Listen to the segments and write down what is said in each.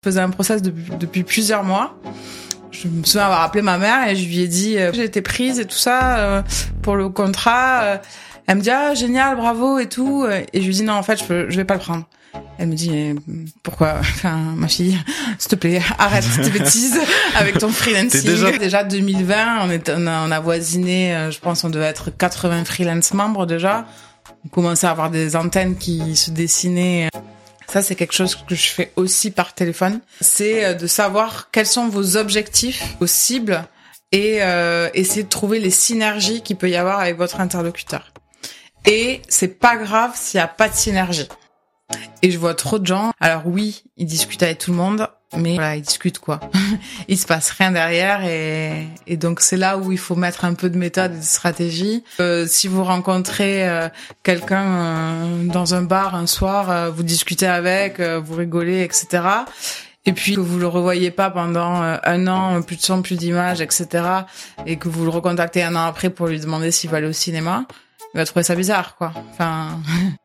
faisais un process depuis plusieurs mois. Je me souviens avoir appelé ma mère et je lui ai dit j'ai été prise et tout ça pour le contrat. Elle me dit ah génial, bravo et tout. Et je lui dis non en fait je vais pas le prendre. Elle me dit pourquoi? Enfin ma fille, s'il te plaît, arrête tes bêtises avec ton freelancing. Déjà 2020, on a voisiné, je pense on devait être 80 freelance membres déjà. On commençait à avoir des antennes qui se dessinaient. Ça, c'est quelque chose que je fais aussi par téléphone. C'est de savoir quels sont vos objectifs, vos cibles et essayer de trouver les synergies qu'il peut y avoir avec votre interlocuteur. Et c'est pas grave s'il y a pas de synergie. Et je vois trop de gens. Alors oui, ils discutent avec tout le monde, mais voilà, ils discutent quoi. Il se passe rien derrière et donc c'est là où il faut mettre un peu de méthode et de stratégie. Si vous rencontrez quelqu'un dans un bar un soir, vous discutez avec, vous rigolez, etc. Et puis que vous le revoyez pas pendant un an, plus de son, plus d'images, etc. Et que vous le recontactez un an après pour lui demander s'il va aller au cinéma, il va trouver ça bizarre, quoi. Enfin.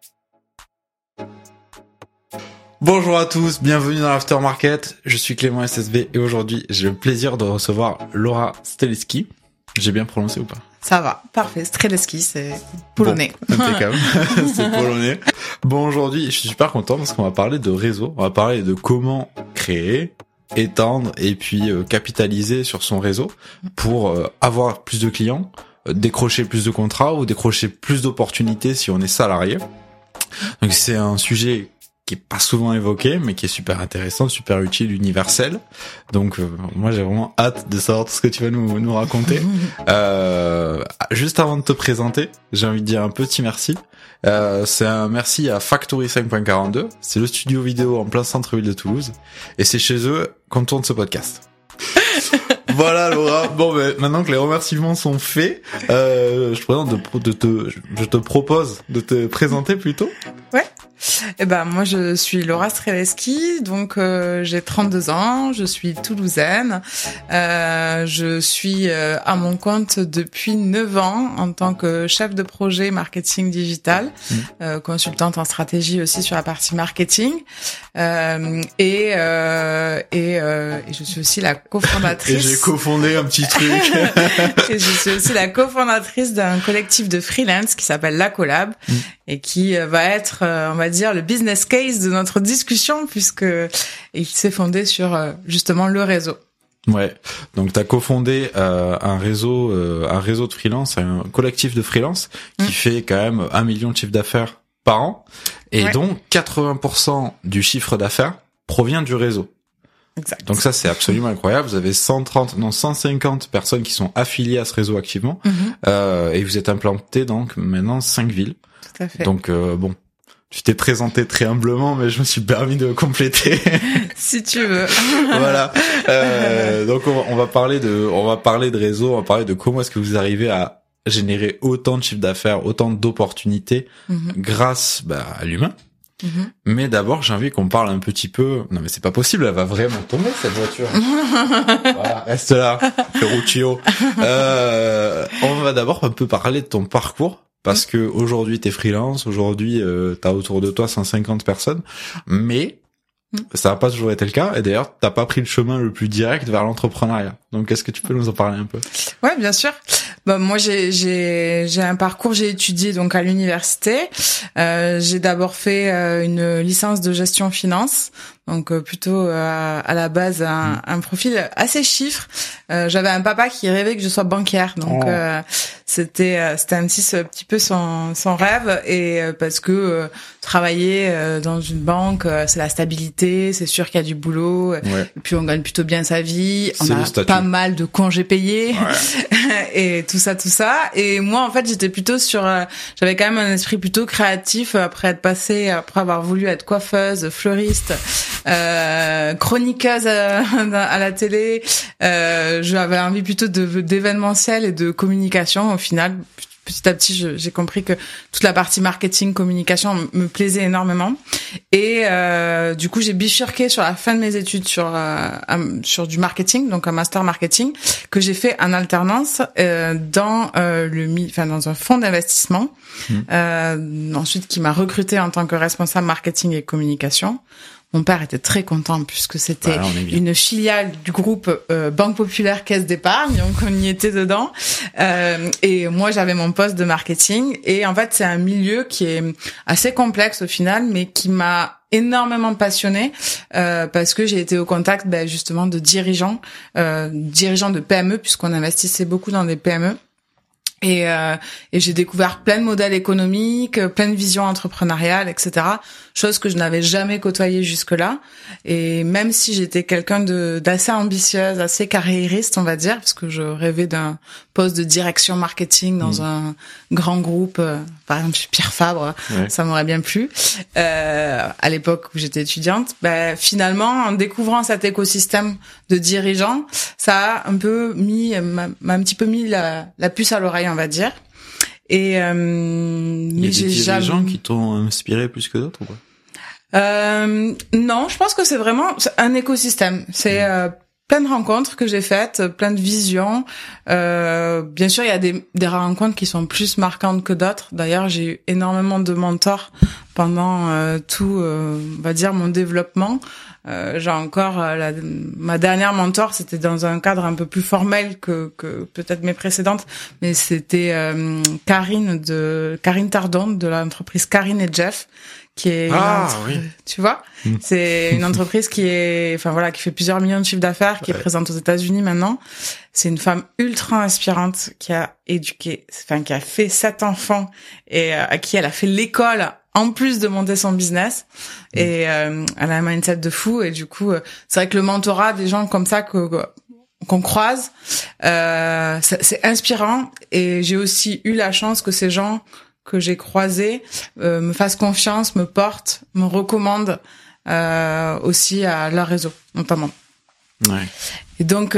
Bonjour à tous, bienvenue dans l'Aftermarket, je suis Clément SSB et aujourd'hui j'ai le plaisir de recevoir Laura Streleski. J'ai bien prononcé ou pas? Ça va, parfait, Streleski, c'est polonais. Bon, impeccable, c'est polonais. Bon, aujourd'hui je suis super content parce qu'on va parler de réseau, on va parler de comment créer, étendre et puis capitaliser sur son réseau pour avoir plus de clients, décrocher plus de contrats ou décrocher plus d'opportunités si on est salarié. Donc c'est un sujet qui est pas souvent évoqué, mais qui est super intéressant, super utile, universel. Donc, moi, j'ai vraiment hâte de savoir tout ce que tu vas nous raconter. Juste avant de te présenter, j'ai envie de dire un petit merci. C'est un merci à Factory 5.42. C'est le studio vidéo en plein centre-ville de Toulouse. Et c'est chez eux qu'on tourne ce podcast. Voilà Laura. Bon, ben maintenant que les remerciements sont faits, je te propose de te présenter plutôt. Ouais. Eh ben moi je suis Laura Streleski, donc j'ai 32 ans, je suis toulousaine, je suis à mon compte depuis 9 ans en tant que chef de projet marketing digital, consultante en stratégie aussi sur la partie marketing, et je suis aussi la cofondatrice. Et j'ai cofondé un petit truc. Et je suis aussi la cofondatrice d'un collectif de freelance qui s'appelle La Collab et qui va être, on va dire, le business case de notre discussion puisque il s'est fondé sur justement le réseau. Ouais. Donc t'as cofondé un réseau de freelance, un collectif de freelance qui fait quand même 1 million de chiffre d'affaires par an et dont 80% du chiffre d'affaires provient du réseau. Exact. Donc ça c'est absolument incroyable. Vous avez 150 personnes qui sont affiliées à ce réseau activement et vous êtes implanté donc maintenant 5 villes. Tout à fait. Donc bon, tu t'es présenté très humblement, mais je me suis permis de compléter. Si tu veux. Voilà. Donc on va parler de réseau, on va parler de comment est-ce que vous arrivez à générer autant de chiffre d'affaires, autant d'opportunités grâce à l'humain. Mais d'abord, j'ai envie qu'on parle un petit peu. Non, mais c'est pas possible, elle va vraiment tomber cette voiture. Voilà, reste là, Ferruccio. On va d'abord un peu parler de ton parcours. Parce que aujourd'hui t'es freelance, aujourd'hui t'as autour de toi 150 personnes, mais ça n'a pas toujours été le cas. Et d'ailleurs, t'as pas pris le chemin le plus direct vers l'entrepreneuriat. Donc, est-ce que tu peux nous en parler un peu? Ouais, bien sûr. Bon, moi, j'ai un parcours. J'ai étudié donc à l'université. J'ai d'abord fait une licence de gestion finance. Donc plutôt à la base un profil assez chiffre. J'avais un papa qui rêvait que je sois banquière, donc c'était un petit peu son rêve et parce que travailler dans une banque c'est la stabilité, c'est sûr qu'il y a du boulot et puis on gagne plutôt bien sa vie, on a pas mal de congés payés et tout ça et moi en fait j'étais plutôt j'avais quand même un esprit plutôt créatif après avoir voulu être coiffeuse, fleuriste, chroniqueuse à la télé. J'avais envie plutôt d'événementiel et de communication. Au final, petit à petit, j'ai compris que toute la partie marketing, communication me plaisait énormément. Et du coup, j'ai bifurqué sur la fin de mes études sur du marketing, donc un master marketing que j'ai fait en alternance dans un fonds d'investissement. Ensuite, qui m'a recruté en tant que responsable marketing et communication. Mon père était très content puisque c'était une filiale du groupe Banque Populaire Caisse d'Épargne, donc on y était dedans. Et moi, j'avais mon poste de marketing. Et en fait, c'est un milieu qui est assez complexe au final, mais qui m'a énormément passionnée parce que j'ai été au contact justement de dirigeants de PME, puisqu'on investissait beaucoup dans des PME. Et j'ai découvert plein de modèles économiques, plein de visions entrepreneuriales, etc. Chose que je n'avais jamais côtoyée jusque-là. Et même si j'étais quelqu'un d'assez ambitieuse, assez carriériste, on va dire, parce que je rêvais d'un poste de direction marketing dans un grand groupe, par exemple chez Pierre Fabre, ça m'aurait bien plu. À l'époque où j'étais étudiante, finalement, en découvrant cet écosystème de dirigeants, ça a un peu m'a un petit peu mis la puce à l'oreille, on va dire. Et il y a des dirigeants qui t'ont inspiré plus que d'autres ou pas? Non, je pense que c'est vraiment un écosystème. C'est plein de rencontres que j'ai faites, plein de visions. Bien sûr, il y a des rencontres qui sont plus marquantes que d'autres. D'ailleurs, j'ai eu énormément de mentors pendant tout, on va dire, mon développement. J'ai encore ma dernière mentor, c'était dans un cadre un peu plus formel que peut-être mes précédentes, mais c'était Karine Tardon de l'entreprise Karine et Jeff, qui est tu vois, c'est une entreprise qui fait plusieurs millions de chiffres d'affaires, qui est présente aux États-Unis maintenant. C'est une femme ultra inspirante qui a qui a fait 7 enfants et à qui elle a fait l'école en plus de monter son business. Et elle a un mindset de fou. Et du coup, c'est vrai que le mentorat des gens comme ça qu'on croise, c'est inspirant. Et j'ai aussi eu la chance que ces gens que j'ai croisés me fassent confiance, me portent, me recommandent aussi à leur réseau, notamment. Ouais. Et donc,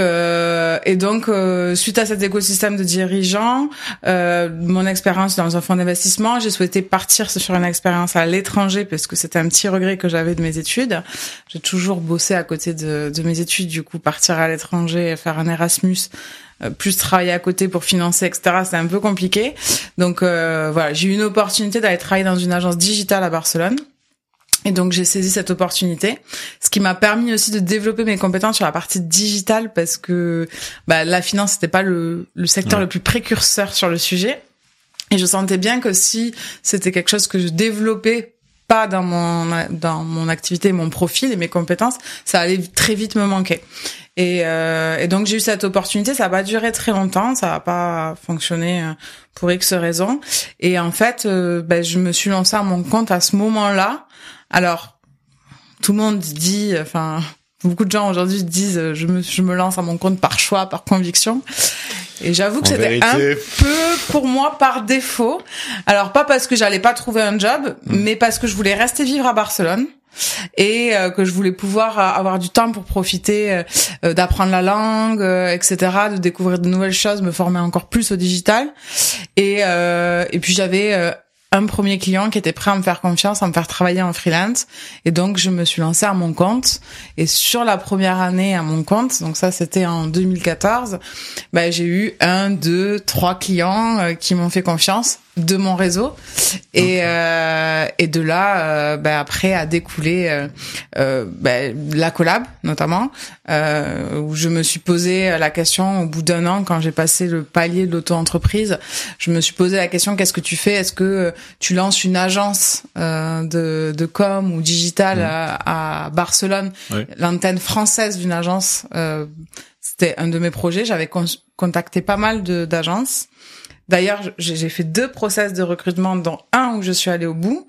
suite à cet écosystème de dirigeants, mon expérience dans un fonds d'investissement, j'ai souhaité partir sur une expérience à l'étranger parce que c'était un petit regret que j'avais de mes études. J'ai toujours bossé à côté de mes études, du coup, partir à l'étranger, faire un Erasmus, plus travailler à côté pour financer, etc. C'est un peu compliqué. Donc, j'ai eu une opportunité d'aller travailler dans une agence digitale à Barcelone. Et donc, j'ai saisi cette opportunité, ce qui m'a permis aussi de développer mes compétences sur la partie digitale parce que la finance, c'était pas le secteur le plus précurseur sur le sujet. Et je sentais bien que si c'était quelque chose que je développais pas dans mon activité, mon profil et mes compétences, ça allait très vite me manquer. Et donc, j'ai eu cette opportunité. Ça n'a pas duré très longtemps. Ça n'a pas fonctionné pour X raisons. Et en fait, je me suis lancée à mon compte à ce moment-là. Alors, tout le monde dit, beaucoup de gens aujourd'hui disent, je me lance à mon compte par choix, par conviction. Et j'avoue que c'était un peu pour moi par défaut. Alors, pas parce que j'allais pas trouver un job, mais parce que je voulais rester vivre à Barcelone. Et que je voulais pouvoir avoir du temps pour profiter d'apprendre la langue, etc., de découvrir de nouvelles choses, me former encore plus au digital. Et puis j'avais un premier client qui était prêt à me faire confiance, à me faire travailler en freelance. Et donc, je me suis lancée à mon compte. Et sur la première année à mon compte, donc ça, c'était en 2014, j'ai eu 1, 2, 3 clients qui m'ont fait confiance de mon réseau. Et de là, après, a découlé la collab, notamment, où je me suis posé la question au bout d'1 an, quand j'ai passé le palier de l'auto-entreprise, je me suis posé la question, qu'est-ce que tu fais? Est-ce que tu lances une agence de com ou digital à Barcelone, l'antenne française d'une agence? C'était un de mes projets. J'avais contacté pas mal d'agences. D'ailleurs, j'ai fait 2 process de recrutement, dont un où je suis allée au bout.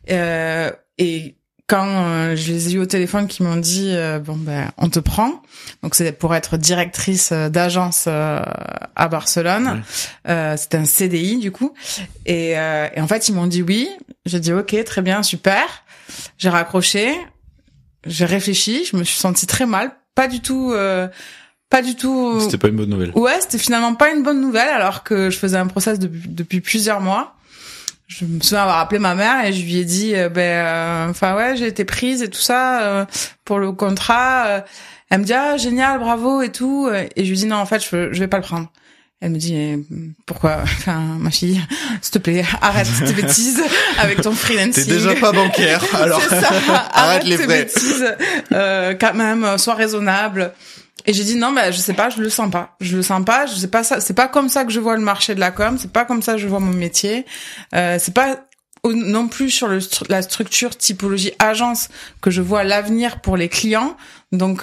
Et quand je les ai eu au téléphone, qui m'ont dit on te prend. Donc c'est pour être directrice d'agence à Barcelone. C'était un CDI du coup. Et en fait ils m'ont dit oui. J'ai dit ok, très bien, super. J'ai raccroché. J'ai réfléchi. Je me suis sentie très mal. Pas du tout. C'était pas une bonne nouvelle. Ouais, c'était finalement pas une bonne nouvelle, alors que je faisais un process depuis plusieurs mois. Je me souviens avoir appelé ma mère et je lui ai dit, j'ai été prise et tout ça pour le contrat. Elle me dit génial, bravo et tout. Et je lui dis non, en fait, je vais pas le prendre. Elle me dit pourquoi, enfin ma fille, s'il te plaît, arrête tes bêtises avec ton freelancing. T'es déjà pas bancaire, alors C'est ça, arrête les tes frais. bêtises, quand même, sois raisonnable. Et j'ai dit non, je sais pas, je le sens pas, je sais pas ça, c'est pas comme ça que je vois le marché de la com, c'est pas comme ça que je vois mon métier, c'est pas non plus sur la structure typologie agence que je vois l'avenir pour les clients. Donc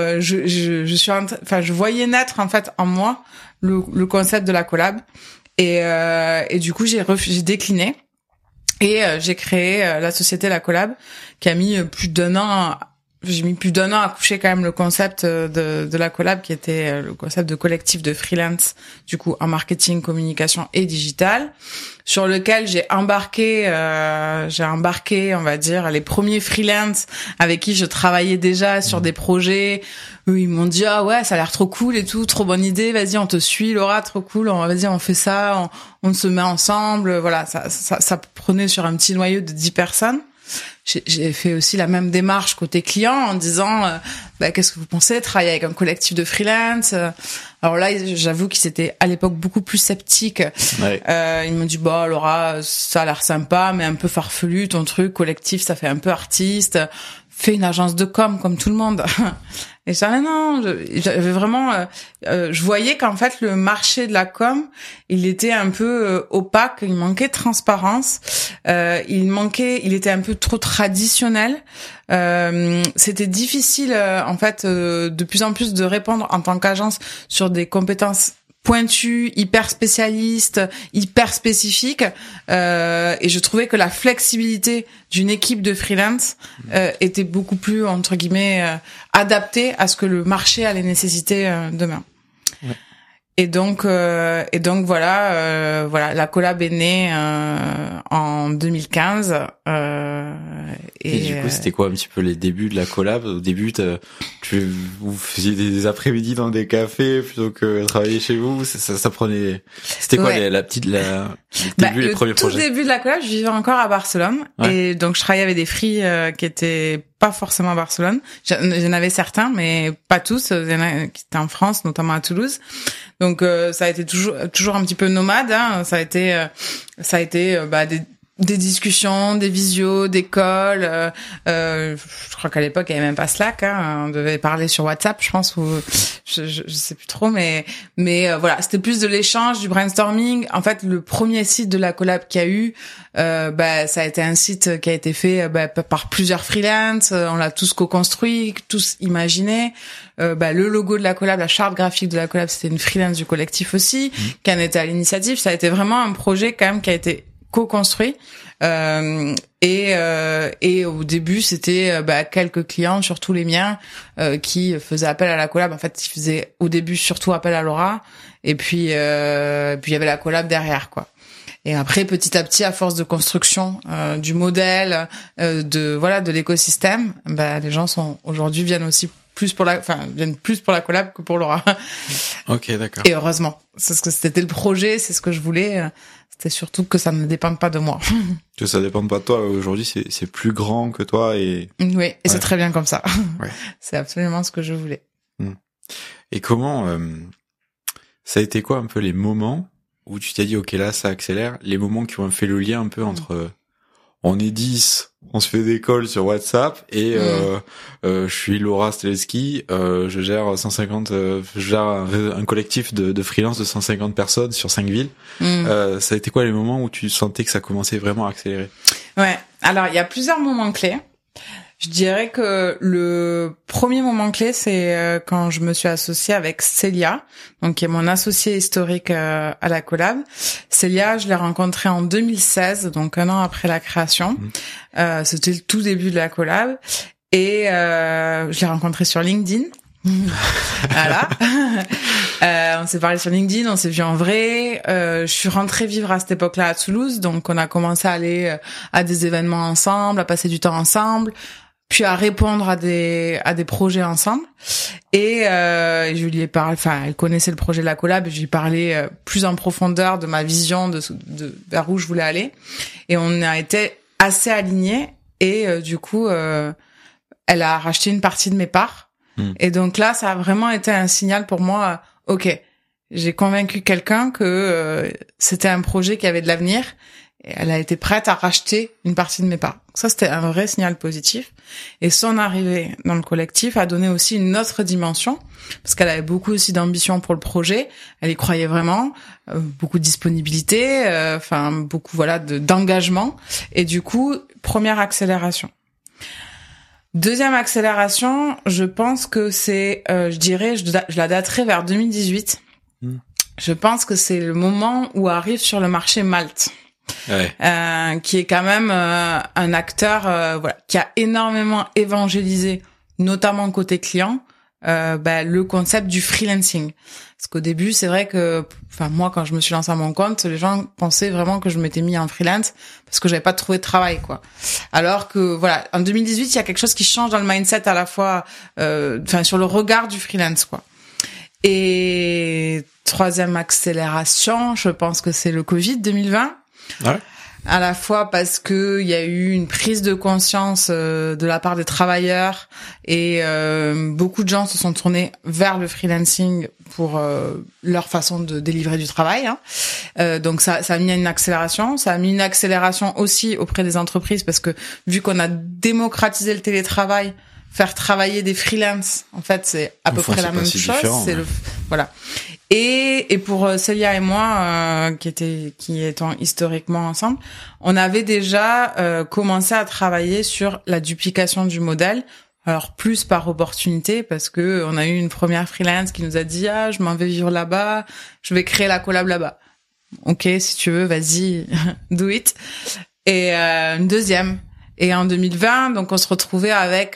je voyais naître en fait en moi le concept de la collab et du coup j'ai décliné et j'ai créé la société La Collab qui a mis plus d'un an. J'ai mis plus d'un an à coucher quand même le concept de La Collab qui était le concept de collectif de freelance du coup en marketing, communication et digital sur lequel j'ai embarqué on va dire les premiers freelance avec qui je travaillais déjà sur des projets. Eux, ils m'ont dit ah ouais ça a l'air trop cool et tout, trop bonne idée, vas-y on te suit Laura, trop cool, vas-y on fait ça, on se met ensemble, voilà, ça prenait sur un petit noyau de 10 personnes. J'ai fait aussi la même démarche côté client en disant qu'est-ce que vous pensez de travailler avec un collectif de freelance. Alors là j'avoue qu'ils étaient à l'époque beaucoup plus sceptiques. Ouais. Ils m'ont dit Laura ça a l'air sympa mais un peu farfelu ton truc collectif, ça fait un peu artiste, fais une agence de com comme tout le monde. Et ça non, j'avais vraiment je voyais qu'en fait le marché de la com, il était un peu opaque, il manquait de transparence, il était un peu trop traditionnel. C'était difficile en fait de plus en plus de répondre en tant qu'agence sur des compétences pointues, hyper spécialistes, hyper spécifiques, et je trouvais que la flexibilité d'une équipe de freelance était beaucoup plus entre guillemets adaptée à ce que le marché allait nécessiter demain. Ouais. Et donc voilà, La Collab est née en 2015. Et du coup, c'était quoi un petit peu les débuts de La Collab? Au début, vous faisiez des après-midi dans des cafés plutôt que travailler chez vous. Ça prenait. C'était quoi ouais. les premiers projets? Le tout début de La Collab, je vivais encore à Barcelone, ouais. Et donc je travaillais avec des free qui étaient pas forcément à Barcelone. J'en avais certains, mais pas tous. Il y en a qui étaient en France, notamment à Toulouse. Donc ça a été toujours un petit peu nomade. Hein. Ça a été des discussions, des visios, des calls. Je crois qu'à l'époque il y avait même pas Slack. Hein. On devait parler sur WhatsApp, je pense, ou je sais plus trop. Mais voilà, c'était plus de l'échange, du brainstorming. En fait, le premier site de La Collab qu'il y a eu, ça a été un site qui a été fait par plusieurs freelance. On l'a tous co-construit, tous imaginé. Le logo de La Collab, la charte graphique de La Collab, c'était une freelance du collectif aussi, qui en était à l'initiative. Ça a été vraiment un projet quand même qui a été co-construit et au début c'était quelques clients, surtout les miens, qui faisaient appel à La Collab. En fait, ils faisaient au début surtout appel à Laura et puis il y avait La Collab derrière quoi. Et après petit à petit, à force de construction du modèle, de l'écosystème, les gens viennent plus pour la collab que pour Laura. Ok, d'accord. Et heureusement, c'est ce que c'était le projet, c'est ce que je voulais. C'était surtout que ça ne dépende pas de moi. Que ça dépende pas de toi. Aujourd'hui, c'est plus grand que toi et. Oui, et c'est très bien comme ça. Ouais. C'est absolument ce que je voulais. Et comment ça a été quoi un peu les moments où tu t'es dit ok là ça accélère, les moments qui ont fait le lien un peu entre on est 10, on se fait des calls sur WhatsApp et je suis Laura Steletsky, je gère un collectif de freelance de 150 personnes sur 5 villes. Ça a été quoi les moments où tu sentais que ça commençait vraiment à accélérer? Ouais, alors il y a plusieurs moments clés. Je dirais que le premier moment clé, c'est quand je me suis associée avec Célia, donc qui est mon associée historique à La Collab. Célia, je l'ai rencontrée en 2016, donc un an après la création. C'était le tout début de La Collab. Et je l'ai rencontrée sur LinkedIn. Voilà. On s'est parlé sur LinkedIn, on s'est vu en vrai. Je suis rentrée vivre à cette époque-là à Toulouse, donc on a commencé à aller à des événements ensemble, à passer du temps ensemble, puis à répondre à des projets ensemble. Et je lui ai parlé, elle connaissait le projet de La Collab, et je lui ai parlé plus en profondeur de ma vision de vers où je voulais aller. Et on a été assez alignés. Et du coup, elle a racheté une partie de mes parts. Et donc là, ça a vraiment été un signal pour moi. Ok, j'ai convaincu quelqu'un que c'était un projet qui avait de l'avenir. Et elle a été prête à racheter une partie de mes parts. Ça, c'était un vrai signal positif. Et son arrivée dans le collectif a donné aussi une autre dimension, parce qu'elle avait beaucoup aussi d'ambition pour le projet. Elle y croyait vraiment, beaucoup de disponibilité, beaucoup d'engagement. Et du coup, première accélération. Deuxième accélération, je pense que c'est, je la daterai vers 2018. Je pense que c'est le moment où arrive sur le marché Malte. Ouais. Qui est quand même un acteur qui a énormément évangélisé, notamment côté client, le concept du freelancing. Parce qu'au début, c'est vrai que, moi, quand je me suis lancée à mon compte, les gens pensaient vraiment que je m'étais mis en freelance parce que j'avais pas trouvé de travail, quoi. Alors que, en 2018, il y a quelque chose qui change dans le mindset à la fois, sur le regard du freelance, quoi. Et troisième accélération, je pense que c'est le Covid 2020. Ouais. À la fois parce que il y a eu une prise de conscience de la part des travailleurs et beaucoup de gens se sont tournés vers le freelancing pour leur façon de délivrer du travail. Donc ça a mis une accélération. Ça a mis une accélération aussi auprès des entreprises parce que vu qu'on a démocratisé le télétravail, faire travailler des freelances, en fait, c'est à peu près la même chose. C'est voilà. Et pour Célia et moi, qui étant historiquement ensemble, on avait déjà commencé à travailler sur la duplication du modèle. Alors plus par opportunité parce que on a eu une première freelance qui nous a dit je m'en vais vivre là-bas, je vais créer la collab là-bas. Ok, si tu veux, vas-y, do it. Et une deuxième. Et en 2020, donc on se retrouvait avec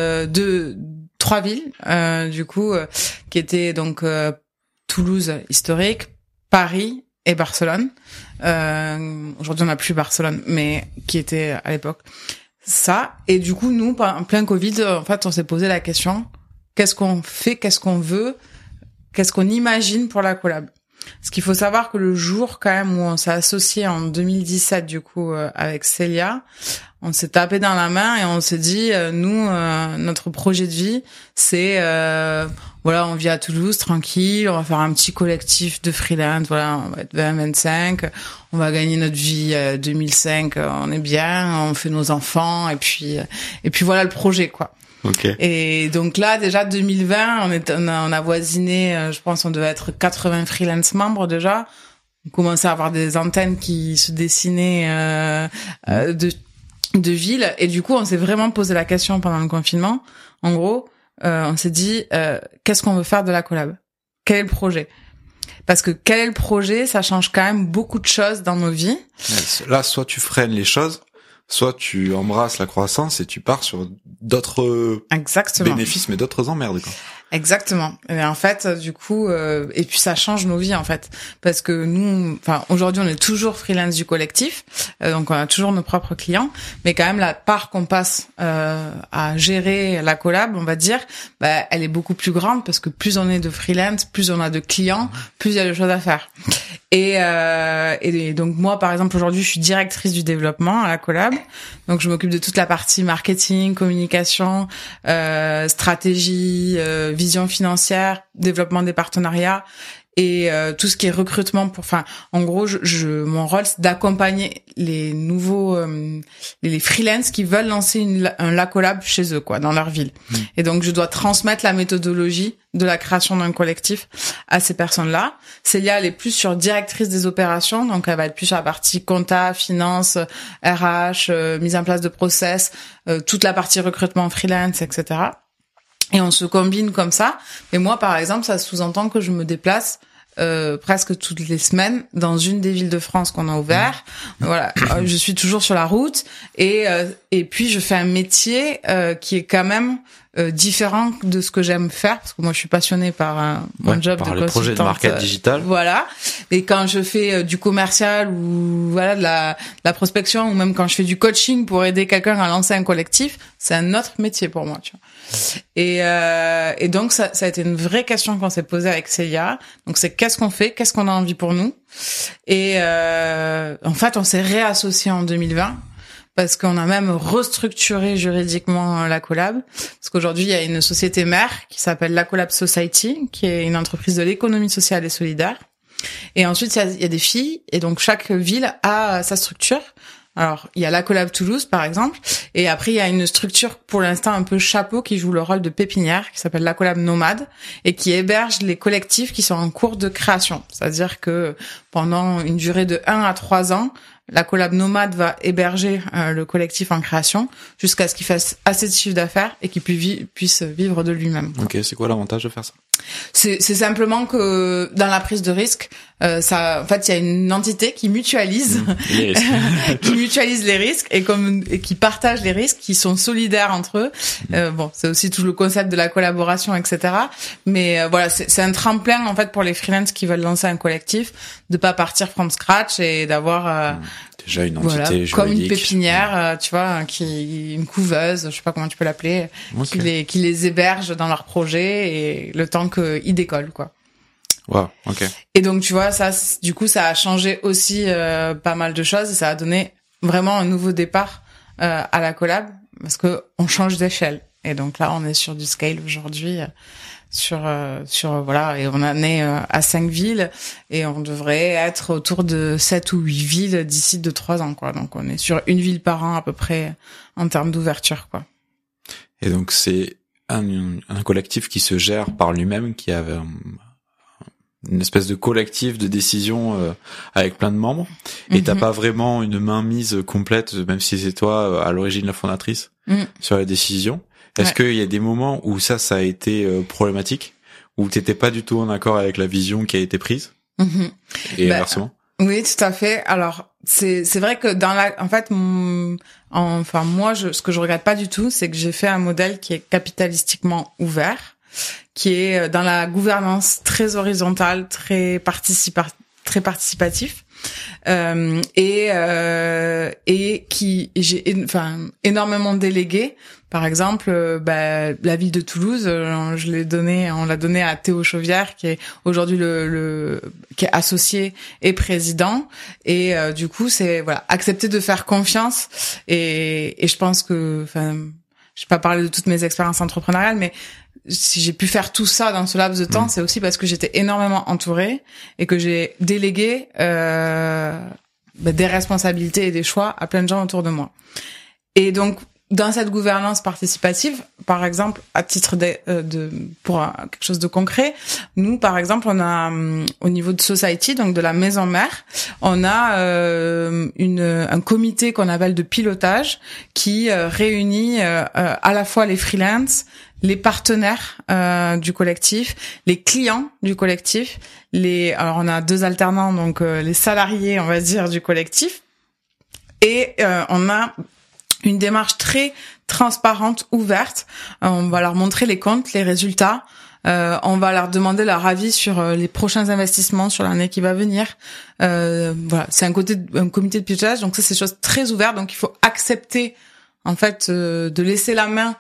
trois villes, qui étaient donc Toulouse historique, Paris et Barcelone. Aujourd'hui, on n'a plus Barcelone, mais qui était à l'époque ça. Et du coup, nous, en plein Covid, en fait, on s'est posé la question qu'est-ce qu'on fait, qu'est-ce qu'on veut, qu'est-ce qu'on imagine pour la collab. Parce qu'il faut savoir que le jour quand même où on s'est associé en 2017 du coup avec Célia, on s'est tapé dans la main et on s'est dit notre projet de vie c'est on vit à Toulouse tranquille, on va faire un petit collectif de freelance, on va être 20-25, on va gagner notre vie 2005, on est bien, on fait nos enfants et puis voilà le projet quoi. Okay. Et donc là, déjà 2020, on a voisiné, je pense, on devait être 80 freelance membres déjà. On commençait à avoir des antennes qui se dessinaient de villes. Et du coup, on s'est vraiment posé la question pendant le confinement. En gros, on s'est dit, qu'est-ce qu'on veut faire de la collab ? Quel est le projet ? Parce que quel est le projet ? Ça change quand même beaucoup de choses dans nos vies. Là, soit tu freines les choses, soit tu embrasses la croissance et tu pars sur d'autres bénéfices, mais d'autres emmerdes, quoi. Exactement. Et en fait, du coup, et puis ça change nos vies, en fait. Parce que nous, aujourd'hui, on est toujours freelance du collectif. Donc, on a toujours nos propres clients. Mais quand même, la part qu'on passe à gérer la collab, on va dire, elle est beaucoup plus grande parce que plus on est de freelance, plus on a de clients, plus il y a de choses à faire. Et donc, moi, par exemple, aujourd'hui, je suis directrice du développement à la collab. Donc, je m'occupe de toute la partie marketing, communication, stratégie, vision financière, développement des partenariats et tout ce qui est recrutement en gros mon rôle c'est d'accompagner les nouveaux les freelances qui veulent lancer la collab chez eux quoi dans leur ville. Et donc je dois transmettre la méthodologie de la création d'un collectif à ces personnes-là. Célia elle est plus sur directrice des opérations, donc elle va être plus sur la partie compta, finance, RH, mise en place de process, toute la partie recrutement freelance, etc. Et on se combine comme ça. Et moi, par exemple, ça sous-entend que je me déplace presque toutes les semaines dans une des villes de France qu'on a ouvert. Voilà, je suis toujours sur la route et puis je fais un métier qui est quand même différent de ce que j'aime faire parce que moi je suis passionnée par mon job de consultante. Par les projets de market digital. Voilà. Et quand je fais du commercial ou de la prospection ou même quand je fais du coaching pour aider quelqu'un à lancer un collectif, c'est un autre métier pour moi, tu vois. Et donc ça a été une vraie question qu'on s'est posée avec Célia. Donc c'est qu'est-ce qu'on fait, qu'est-ce qu'on a envie pour nous. Et en fait on s'est réassociés en 2020 parce qu'on a même restructuré juridiquement la collab, parce qu'aujourd'hui il y a une société mère qui s'appelle La Collab Society, qui est une entreprise de l'économie sociale et solidaire. Et ensuite il y a des filles, et donc chaque ville a sa structure. Alors, il y a la Collab Toulouse, par exemple, et après, il y a une structure, pour l'instant, un peu chapeau, qui joue le rôle de pépinière, qui s'appelle la Collab Nomade, et qui héberge les collectifs qui sont en cours de création. C'est-à-dire que pendant une durée de 1 à 3 ans, la Collab Nomade va héberger le collectif en création jusqu'à ce qu'il fasse assez de chiffre d'affaires et qu'il puisse vivre de lui-même. Ok, c'est quoi l'avantage de faire ça? C'est simplement que dans la prise de risque, en fait, il y a une entité qui mutualise les risques. qui mutualise les risques et qui partage les risques, qui sont solidaires entre eux. Bon, c'est aussi tout le concept de la collaboration, etc. Mais voilà, c'est un tremplin en fait pour les freelances qui veulent lancer un collectif, de pas partir from scratch et d'avoir déjà une entité juridique, comme une pépinière, tu vois, une couveuse, je sais pas comment tu peux l'appeler, okay. qui les héberge dans leur projet et le temps qu'ils décollent, quoi. Wow, ok. Et donc tu vois, ça, du coup, ça a changé aussi pas mal de choses et ça a donné vraiment un nouveau départ à la collab parce que on change d'échelle. Et donc là, on est sur du scale aujourd'hui. Sur voilà, et on en est à 5 villes et on devrait être autour de 7 ou 8 villes d'ici 2-3 ans, quoi. Donc on est sur une ville par an à peu près en termes d'ouverture, quoi. Et donc c'est un collectif qui se gère par lui-même, qui a une espèce de collectif de décision avec plein de membres, et t'as pas vraiment une mainmise complète, même si c'est toi à l'origine la fondatrice, sur les décisions. Est-ce qu'il y a des moments où ça a été problématique, où t'étais pas du tout en accord avec la vision qui a été prise, et inversement? Oui, tout à fait. Alors c'est vrai que en fait moi ce que je regrette pas du tout, c'est que j'ai fait un modèle qui est capitalistiquement ouvert, qui est dans la gouvernance très horizontale, très participatif. Et j'ai énormément délégué. Par exemple, la ville de Toulouse, on l'a donné à Théo Chauvière, qui est aujourd'hui qui est associé et président. Et du coup, c'est accepter de faire confiance. Et je pense que, je vais pas parler de toutes mes expériences entrepreneuriales, mais si j'ai pu faire tout ça dans ce laps de temps, c'est aussi parce que j'étais énormément entourée et que j'ai délégué des responsabilités et des choix à plein de gens autour de moi. Et donc, dans cette gouvernance participative, par exemple, à titre pour quelque chose de concret, nous, par exemple, on a au niveau de Society, donc de la maison mère, on a un comité qu'on appelle de pilotage qui réunit à la fois les freelances, les partenaires du collectif, les clients du collectif, alors on a 2 alternants, donc les salariés, on va dire, du collectif, et on a une démarche très transparente, ouverte. On va leur montrer les comptes, les résultats. On va leur demander leur avis sur les prochains investissements sur l'année qui va venir. Voilà, c'est un comité de pilotage, donc ça c'est des choses très ouvertes. Donc il faut accepter en fait de laisser la main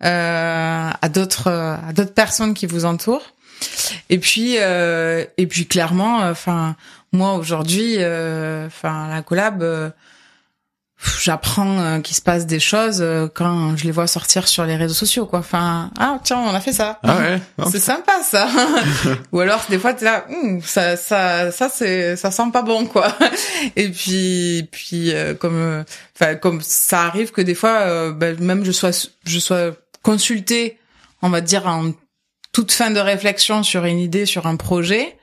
à d'autres personnes qui vous entourent. Et puis clairement, moi aujourd'hui, la collab. J'apprends qu'il se passe des choses quand je les vois sortir sur les réseaux sociaux, quoi. Tiens, on a fait ça. Ah ouais. C'est sympa, ça. Ou alors, des fois, t'es là, ça sent pas bon, quoi. Et puis, comme ça arrive que des fois, même je sois consultée, on va dire, en toute fin de réflexion sur une idée, sur un projet.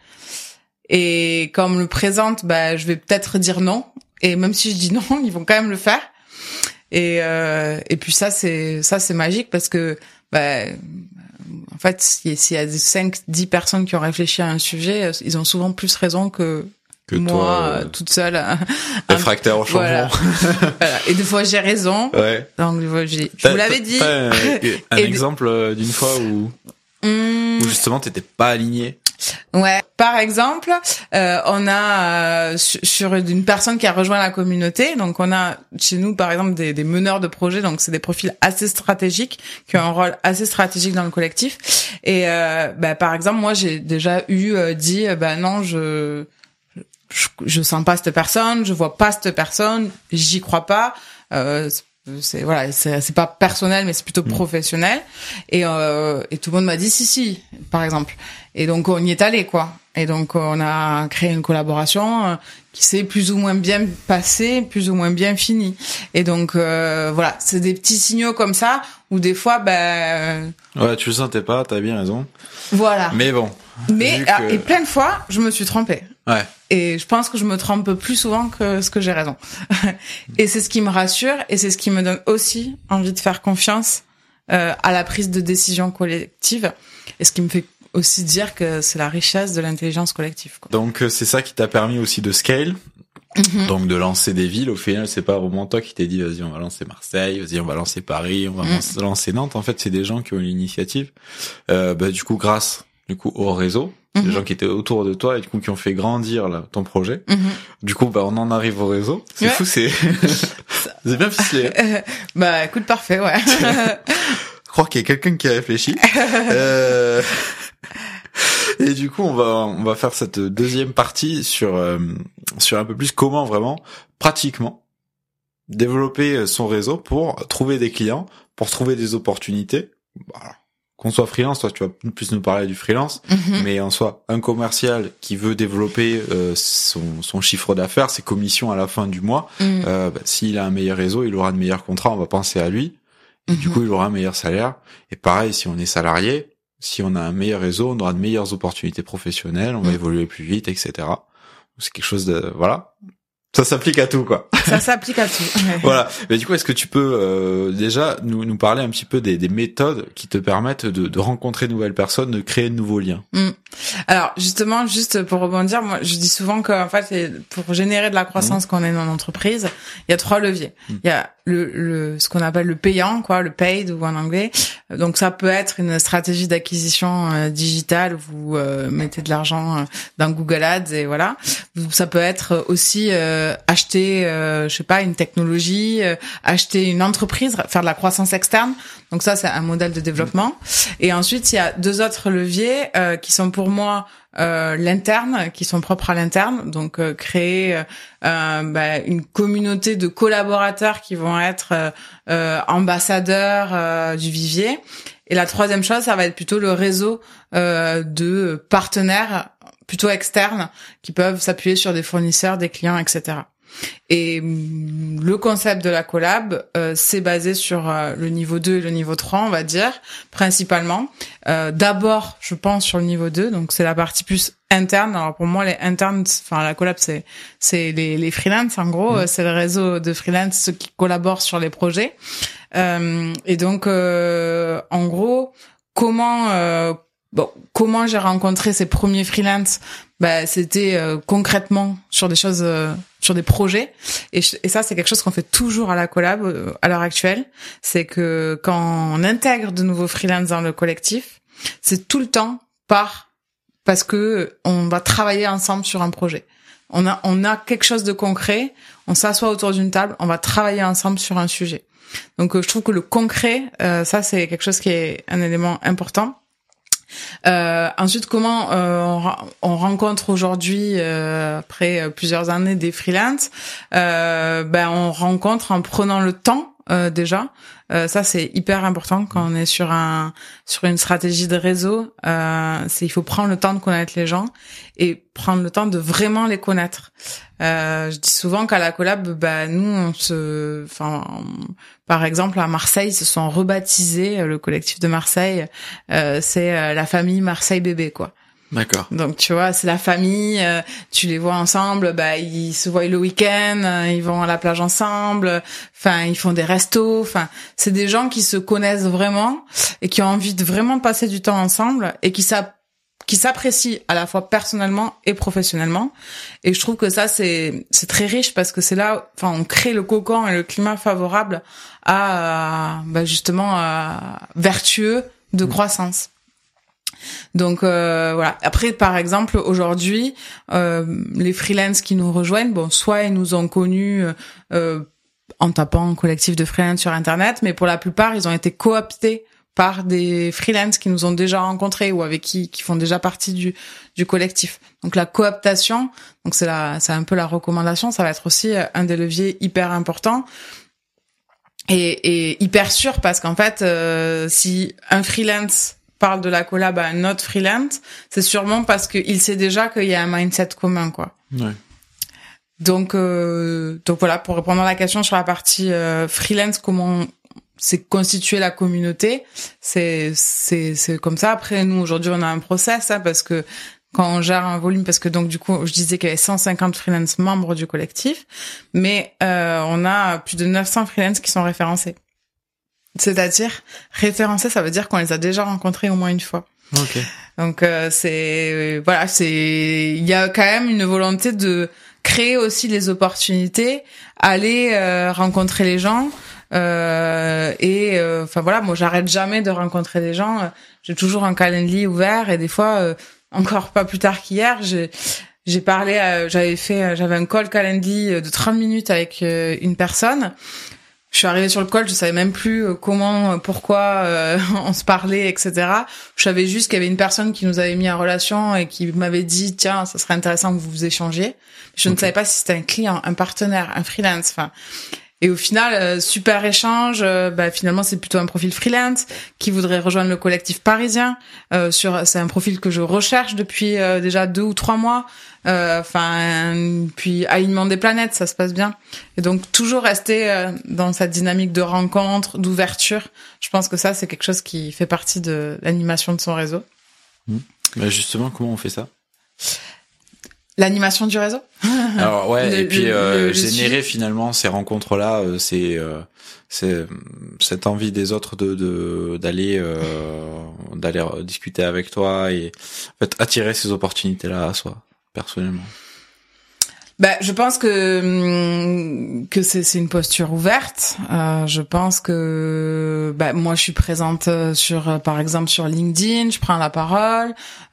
Et quand on me le présente, je vais peut-être dire non. Et même si je dis non, ils vont quand même le faire. Et puis ça c'est magique parce que en fait s'il y a 5-10 personnes qui ont réfléchi à un sujet, ils ont souvent plus raison que moi toi, toute seule. Réfractaire au changement. Voilà. Et des fois j'ai raison. Ouais. Donc je vous l'avais dit. Un exemple d'une fois où justement t'étais pas aligné. Ouais. Par exemple, on a sur une personne qui a rejoint la communauté, donc on a chez nous par exemple des meneurs de projets, donc c'est des profils assez stratégiques qui ont un rôle assez stratégique dans le collectif. Et par exemple, moi j'ai déjà dit non, je sens pas cette personne, je vois pas cette personne, j'y crois pas. c'est pas personnel, mais c'est plutôt professionnel. Et tout le monde m'a dit si, par exemple. Et donc on y est allé, quoi. Et donc on a créé une collaboration qui s'est plus ou moins bien passée, plus ou moins bien finie. Et donc voilà, c'est des petits signaux comme ça où des fois, ouais, tu le sentais pas, t'as bien raison. Voilà. Mais bon. Mais et plein de fois, je me suis trompée. Ouais. Et je pense que je me trompe plus souvent que ce que j'ai raison. Et c'est ce qui me rassure et c'est ce qui me donne aussi envie de faire confiance à la prise de décision collective et ce qui me fait aussi dire que c'est la richesse de l'intelligence collective, quoi. Donc c'est ça qui t'a permis aussi de scale. Donc de lancer des villes. Au final, c'est pas vraiment toi qui t'es dit vas-y on va lancer Marseille, vas-y on va lancer Paris, on va lancer Nantes. En fait, c'est des gens qui ont l'initiative. Du coup, grâce au réseau, des gens qui étaient autour de toi et du coup qui ont fait grandir ton projet. Du coup, on en arrive au réseau. C'est fou, c'est bien ficelé. Écoute, parfait, ouais. Je crois qu'il y a quelqu'un qui a réfléchi. Et du coup, on va faire cette deuxième partie sur un peu plus comment vraiment pratiquement développer son réseau pour trouver des clients, pour trouver des opportunités. Voilà. Qu'on soit freelance, toi tu vas plus nous parler du freelance, mais en soi un commercial qui veut développer son chiffre d'affaires, ses commissions à la fin du mois, s'il a un meilleur réseau, il aura de meilleurs contrats, on va penser à lui, et du coup il aura un meilleur salaire. Et pareil, si on est salarié, si on a un meilleur réseau, on aura de meilleures opportunités professionnelles, on va évoluer plus vite, etc. C'est quelque chose de voilà. Ça s'applique à tout, quoi. Ça s'applique à tout. Voilà. Mais du coup, est-ce que tu peux déjà nous parler un petit peu des méthodes qui te permettent de rencontrer de nouvelles personnes, de créer de nouveaux liens? Alors justement, juste pour rebondir, moi je dis souvent qu'en fait, pour générer de la croissance quand on est dans l'entreprise, il y a 3 leviers. Il y a ce qu'on appelle le payant, quoi, le paid ou en anglais. Donc ça peut être une stratégie d'acquisition digitale. Vous mettez de l'argent dans Google Ads et voilà. Ça peut être aussi acheter, je sais pas, une technologie, acheter une entreprise, faire de la croissance externe. Donc ça, c'est un modèle de développement. Et ensuite, il y a 2 autres leviers qui sont pour moi l'interne, qui sont propres à l'interne. Donc créer une communauté de collaborateurs qui vont être ambassadeurs du vivier. Et la troisième chose, ça va être plutôt le réseau de partenaires plutôt externes qui peuvent s'appuyer sur des fournisseurs, des clients, etc. Et le concept de la collab, c'est basé sur le niveau 2 et le niveau 3, on va dire, principalement. D'abord, je pense sur le niveau 2, donc c'est la partie plus interne. Alors pour moi, les internes, enfin la collab, c'est les freelance, en gros, c'est le réseau de freelance, ceux qui collaborent sur les projets. Et donc, en gros, comment j'ai rencontré ces premiers freelance? C'était concrètement sur des choses, sur des projets. Et ça, c'est quelque chose qu'on fait toujours à la collab à l'heure actuelle. C'est que quand on intègre de nouveaux freelance dans le collectif, c'est tout le temps parce que on va travailler ensemble sur un projet. On a quelque chose de concret. On s'assoit autour d'une table. On va travailler ensemble sur un sujet. Donc, je trouve que le concret, ça, c'est quelque chose qui est un élément important. Ensuite, comment on rencontre aujourd'hui, après plusieurs années, des freelances, on rencontre en prenant le temps déjà. Ça, c'est hyper important quand on est sur une stratégie de réseau. Il faut prendre le temps de connaître les gens et prendre le temps de vraiment les connaître. Je dis souvent qu'à la collab, nous, par exemple, à Marseille, ils se sont rebaptisés, le collectif de Marseille, c'est la famille Marseille bébé, quoi. D'accord. Donc tu vois, c'est la famille, tu les vois ensemble, ils se voient le week-end, ils vont à la plage ensemble, enfin ils font des restos, enfin c'est des gens qui se connaissent vraiment et qui ont envie de vraiment passer du temps ensemble et qui s'apprécient à la fois personnellement et professionnellement. Et je trouve que ça c'est très riche parce que c'est là, enfin on crée le cocon et le climat favorable à vertueux de croissance. Donc voilà. Après, par exemple, aujourd'hui, les freelances qui nous rejoignent, soit ils nous ont connus en tapant collectif de freelance sur Internet, mais pour la plupart, ils ont été cooptés par des freelances qui nous ont déjà rencontrés ou avec qui font déjà partie du collectif. Donc la cooptation, donc c'est un peu la recommandation, ça va être aussi un des leviers hyper importants. et hyper sûr parce qu'en fait, si un freelance parle de la collab à un autre freelance, c'est sûrement parce qu'il sait déjà qu'il y a un mindset commun, quoi. Ouais. Donc voilà, pour répondre à la question sur la partie freelance, comment c'est constituer la communauté, c'est comme ça. Après, nous aujourd'hui, on a un process, hein, parce que quand on gère un volume, parce que donc du coup, je disais qu'il y avait 150 freelance membres du collectif, mais on a plus de 900 freelance qui sont référencés. C'est-à-dire référencés, ça veut dire qu'on les a déjà rencontrés au moins une fois. Ok. Donc il y a quand même une volonté de créer aussi les opportunités, aller rencontrer les gens. Moi j'arrête jamais de rencontrer des gens. J'ai toujours un calendrier ouvert et des fois encore pas plus tard qu'hier, j'ai parlé, j'avais un call Calendly de 30 minutes avec une personne. Je suis arrivée sur le call, je savais même plus comment, pourquoi on se parlait, etc. Je savais juste qu'il y avait une personne qui nous avait mis en relation et qui m'avait dit, tiens, ça serait intéressant que vous échangiez. Je ne savais pas si c'était un client, un partenaire, un freelance, enfin. Et au final, super échange. Finalement, c'est plutôt un profil freelance qui voudrait rejoindre le collectif parisien. C'est un profil que je recherche depuis déjà 2 ou 3 mois. Puis alignement des planètes, ça se passe bien. Et donc toujours rester dans cette dynamique de rencontre, d'ouverture. Je pense que ça, c'est quelque chose qui fait partie de l'animation de son réseau. Justement, comment on fait ça ? L'animation du réseau. Alors générer finalement ces rencontres-là, c'est cette envie des autres d'aller discuter avec toi et en fait attirer ces opportunités-là à soi personnellement. Je pense que c'est une posture ouverte. Je pense que moi je suis présente par exemple sur LinkedIn, je prends la parole,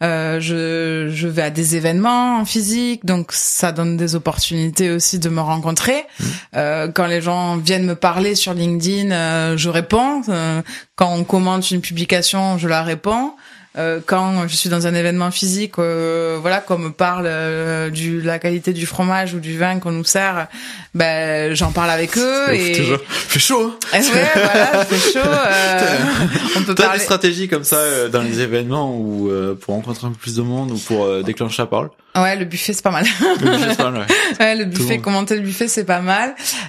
je vais à des événements en physique, donc ça donne des opportunités aussi de me rencontrer. Quand les gens viennent me parler sur LinkedIn, je réponds. Quand on commente une publication, je la réponds. Quand je suis dans un événement physique, qu'on me parle de la qualité du fromage ou du vin qu'on nous sert, j'en parle avec eux. Fait chaud. Hein. Ouais, voilà, fait chaud. On peut T'as parler. des stratégies comme ça dans les événements ou pour rencontrer un peu plus de monde ou pour déclencher la parole? Ouais, le buffet c'est pas mal. Le buffet c'est pas mal. Ouais, le buffet, commenter le buffet c'est pas mal.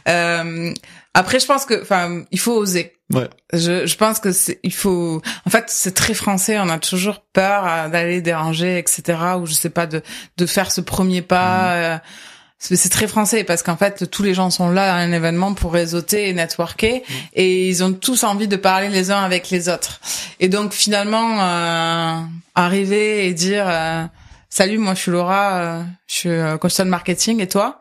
Après, je pense que, il faut oser. Ouais. Je pense que en fait, c'est très français. On a toujours peur d'aller déranger, etc. Ou je sais pas, de faire ce premier pas. C'est très français parce qu'en fait, tous les gens sont là à un événement pour réseauter et networker et ils ont tous envie de parler les uns avec les autres. Et donc, finalement, arriver et dire, salut, moi, je suis Laura, je suis consultant marketing et toi?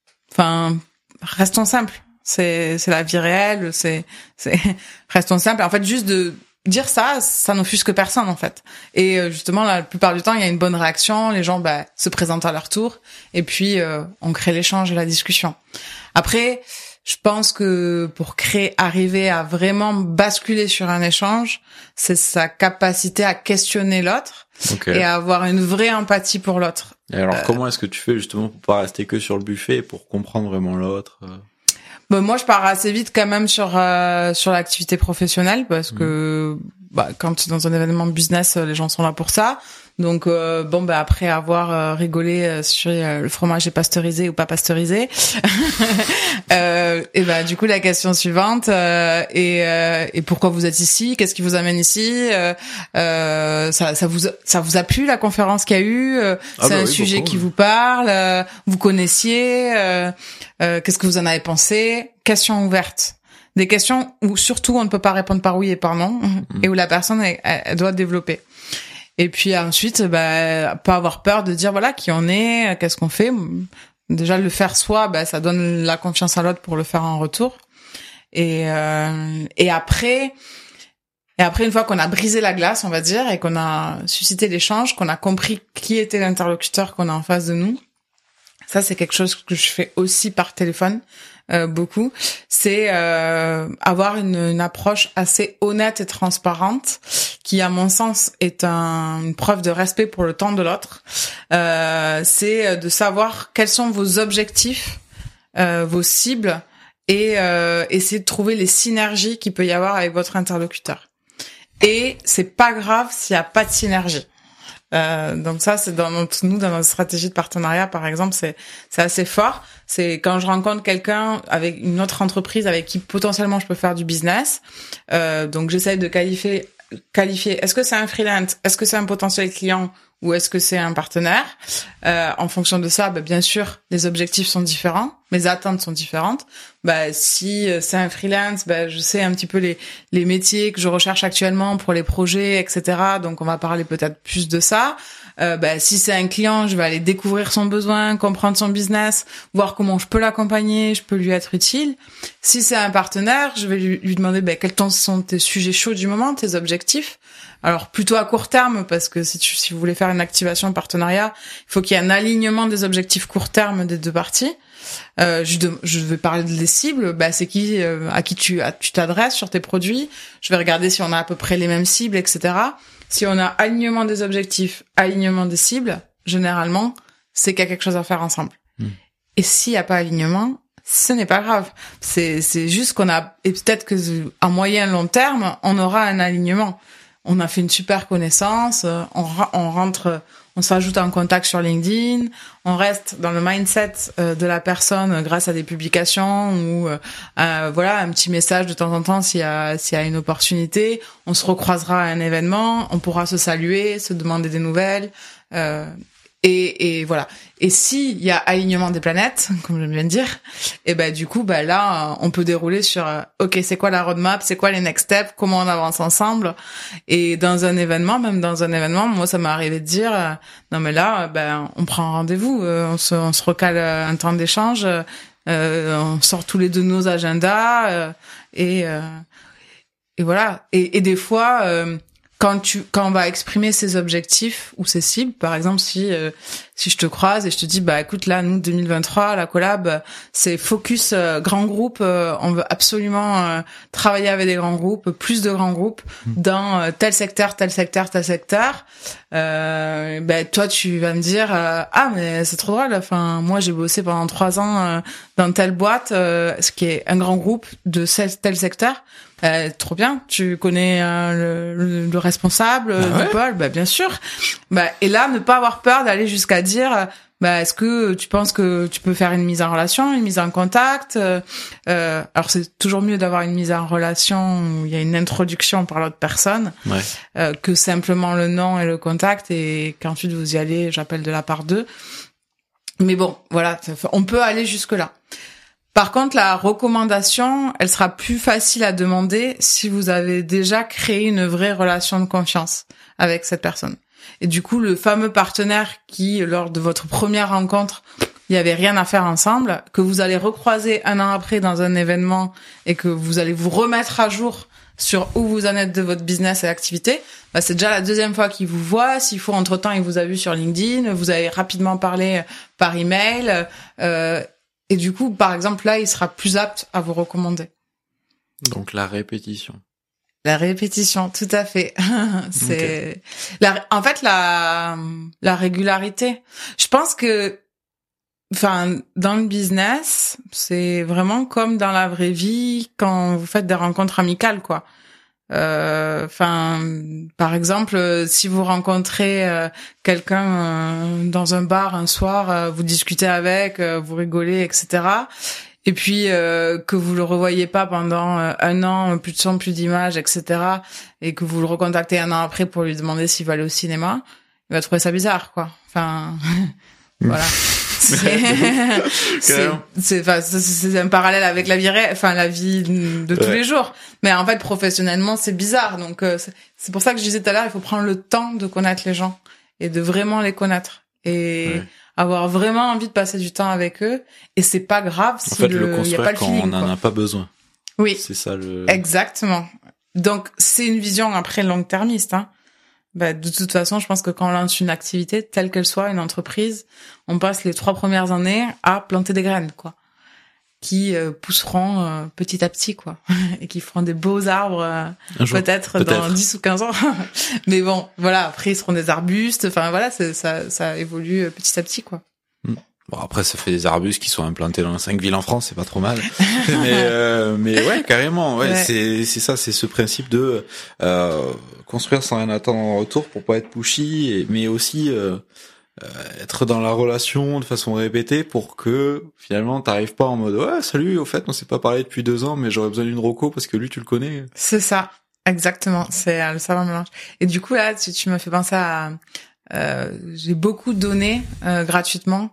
Restons simples. C'est la vie réelle, restons simples. En fait, juste de dire ça n'offusque personne, en fait. Et justement, la plupart du temps, il y a une bonne réaction, les gens se présentent à leur tour, et puis on crée l'échange et la discussion. Après, je pense que pour arriver à vraiment basculer sur un échange, c'est sa capacité à questionner l'autre et à avoir une vraie empathie pour l'autre. Et alors, comment est-ce que tu fais justement pour pas rester que sur le buffet, pour comprendre vraiment l'autre moi, je pars assez vite quand même sur l'activité professionnelle parce que quand tu es dans un événement business, les gens sont là pour ça. Donc après avoir rigolé sur le fromage est pasteurisé ou pas pasteurisé, du coup la question suivante et pourquoi vous êtes ici, qu'est-ce qui vous amène ici, ça vous a plu la conférence qu'il y a eu, c'est un sujet qui vous parle, vous connaissiez, qu'est-ce que vous en avez pensé, questions ouvertes. Des questions où surtout on ne peut pas répondre par oui et par non et où la personne elle doit développer. Et puis ensuite, pas avoir peur de dire voilà qui on est, qu'est-ce qu'on fait. Déjà le faire soi, ça donne la confiance à l'autre pour le faire en retour. Et après une fois qu'on a brisé la glace, on va dire, et qu'on a suscité l'échange, qu'on a compris qui était l'interlocuteur qu'on a en face de nous. Ça c'est quelque chose que je fais aussi par téléphone. Beaucoup, c'est avoir une approche assez honnête et transparente qui, à mon sens, est une preuve de respect pour le temps de l'autre. C'est de savoir quels sont vos objectifs, vos cibles et essayer de trouver les synergies qu'il peut y avoir avec votre interlocuteur. Et c'est pas grave s'il y a pas de synergie. Donc ça, c'est dans notre stratégie de partenariat, par exemple, c'est assez fort. C'est quand je rencontre quelqu'un avec une autre entreprise avec qui potentiellement je peux faire du business. Donc j'essaye de qualifier. Est-ce que c'est un freelance? Est-ce que c'est un potentiel client? Ou est-ce que c'est un partenaire? En fonction de ça, bien sûr, les objectifs sont différents, mes attentes sont différentes. Si c'est un freelance, je sais un petit peu les métiers que je recherche actuellement pour les projets, etc. Donc, on va parler peut-être plus de ça. Si c'est un client, je vais aller découvrir son besoin, comprendre son business, voir comment je peux l'accompagner, je peux lui être utile. Si c'est un partenaire, je vais lui demander quels sont tes sujets chauds du moment, tes objectifs. Alors plutôt à court terme, parce que si vous voulez faire une activation de partenariat, il faut qu'il y ait un alignement des objectifs court terme des deux parties. Je vais parler des cibles. C'est qui à qui tu t'adresses sur tes produits. Je vais regarder si on a à peu près les mêmes cibles, etc. Si on a alignement des objectifs, alignement des cibles, généralement, c'est qu'il y a quelque chose à faire ensemble. Et s'il y a pas alignement, ce n'est pas grave. C'est juste qu'on a, et peut-être que à moyen long terme, on aura un alignement. On a fait une super connaissance, on rentre, on s'ajoute en contact sur LinkedIn, on reste dans le mindset de la personne grâce à des publications ou un petit message de temps en temps s'il y a une opportunité. On se recroisera à un événement, on pourra se saluer, se demander des nouvelles. Et voilà. Et s'il y a alignement des planètes, comme je viens de dire, et du coup, là, on peut dérouler sur, ok, c'est quoi la roadmap, c'est quoi les next steps, comment on avance ensemble. Et même dans un événement, moi, ça m'est arrivé de dire, non mais là, on prend un rendez-vous, on se recale un temps d'échange, on sort tous les deux nos agendas, et voilà. Et des fois, quand on va exprimer ses objectifs ou ses cibles, par exemple, si je te croise et je te dis, écoute, là, nous, 2023, la collab, c'est focus grand groupe, on veut absolument travailler avec des grands groupes, plus de grands groupes, dans tel secteur, toi, tu vas me dire, mais c'est trop drôle, moi, j'ai bossé pendant 3 ans dans telle boîte, ce qui est un grand groupe de tel secteur. Trop bien, tu connais le responsable du pôle, bien sûr. Et là, ne pas avoir peur d'aller jusqu'à dire, est-ce que tu penses que tu peux faire une mise en relation, une mise en contact? Alors c'est toujours mieux d'avoir une mise en relation où il y a une introduction par l'autre personne, que simplement le nom et le contact, et qu'ensuite vous y allez, j'appelle de la part d'eux. Mais bon, voilà, on peut aller jusque là. Par contre, la recommandation, elle sera plus facile à demander si vous avez déjà créé une vraie relation de confiance avec cette personne. Et du coup, le fameux partenaire qui, lors de votre première rencontre, il n'y avait rien à faire ensemble, que vous allez recroiser 1 an après dans un événement et que vous allez vous remettre à jour sur où vous en êtes de votre business et activité, c'est déjà la 2e fois qu'il vous voit. S'il faut, entre-temps, il vous a vu sur LinkedIn, vous avez rapidement parlé par email, et du coup, par exemple, là, il sera plus apte à vous recommander. Donc, la répétition. La répétition, tout à fait. C'est en fait la régularité. Je pense que dans le business, c'est vraiment comme dans la vraie vie quand vous faites des rencontres amicales, quoi. Par exemple, si vous rencontrez quelqu'un dans un bar un soir, vous discutez avec, vous rigolez, etc. Et puis que vous le revoyez pas pendant 1 an, plus de son, plus d'images, etc. Et que vous le recontactez 1 an après pour lui demander s'il va aller au cinéma, il va trouver ça bizarre, quoi. Voilà. C'est un parallèle avec la vie de tous les jours. Mais en fait, professionnellement, c'est bizarre. Donc, c'est pour ça que je disais tout à l'heure, il faut prendre le temps de connaître les gens et de vraiment les connaître et avoir vraiment envie de passer du temps avec eux. Et c'est pas grave si il y a pas le feeling. On n'en a pas besoin. Oui. C'est ça Exactement. Donc, c'est une vision après long-termiste, hein. De toute façon, je pense que quand on lance une activité, telle qu'elle soit, une entreprise, on passe les 3 premières années à planter des graines, quoi, qui pousseront petit à petit, quoi, et qui feront des beaux arbres peut-être dans 10 ou 15 ans. Mais bon, voilà, après ils seront des arbustes. Ça évolue petit à petit, quoi. Bon, après, ça fait des arbustes qui sont implantés dans 5 villes en France, c'est pas trop mal. mais ouais, carrément, ouais. C'est ça, c'est ce principe de construire sans rien attendre en retour pour pas être pushy, mais aussi être dans la relation de façon répétée pour que finalement t'arrives pas en mode ouais salut, au fait on s'est pas parlé depuis 2 ans, mais j'aurais besoin d'une reco parce que lui tu le connais. C'est ça, exactement. C'est le savant mélange. Et du coup là, tu m'as fait penser à j'ai beaucoup donné gratuitement.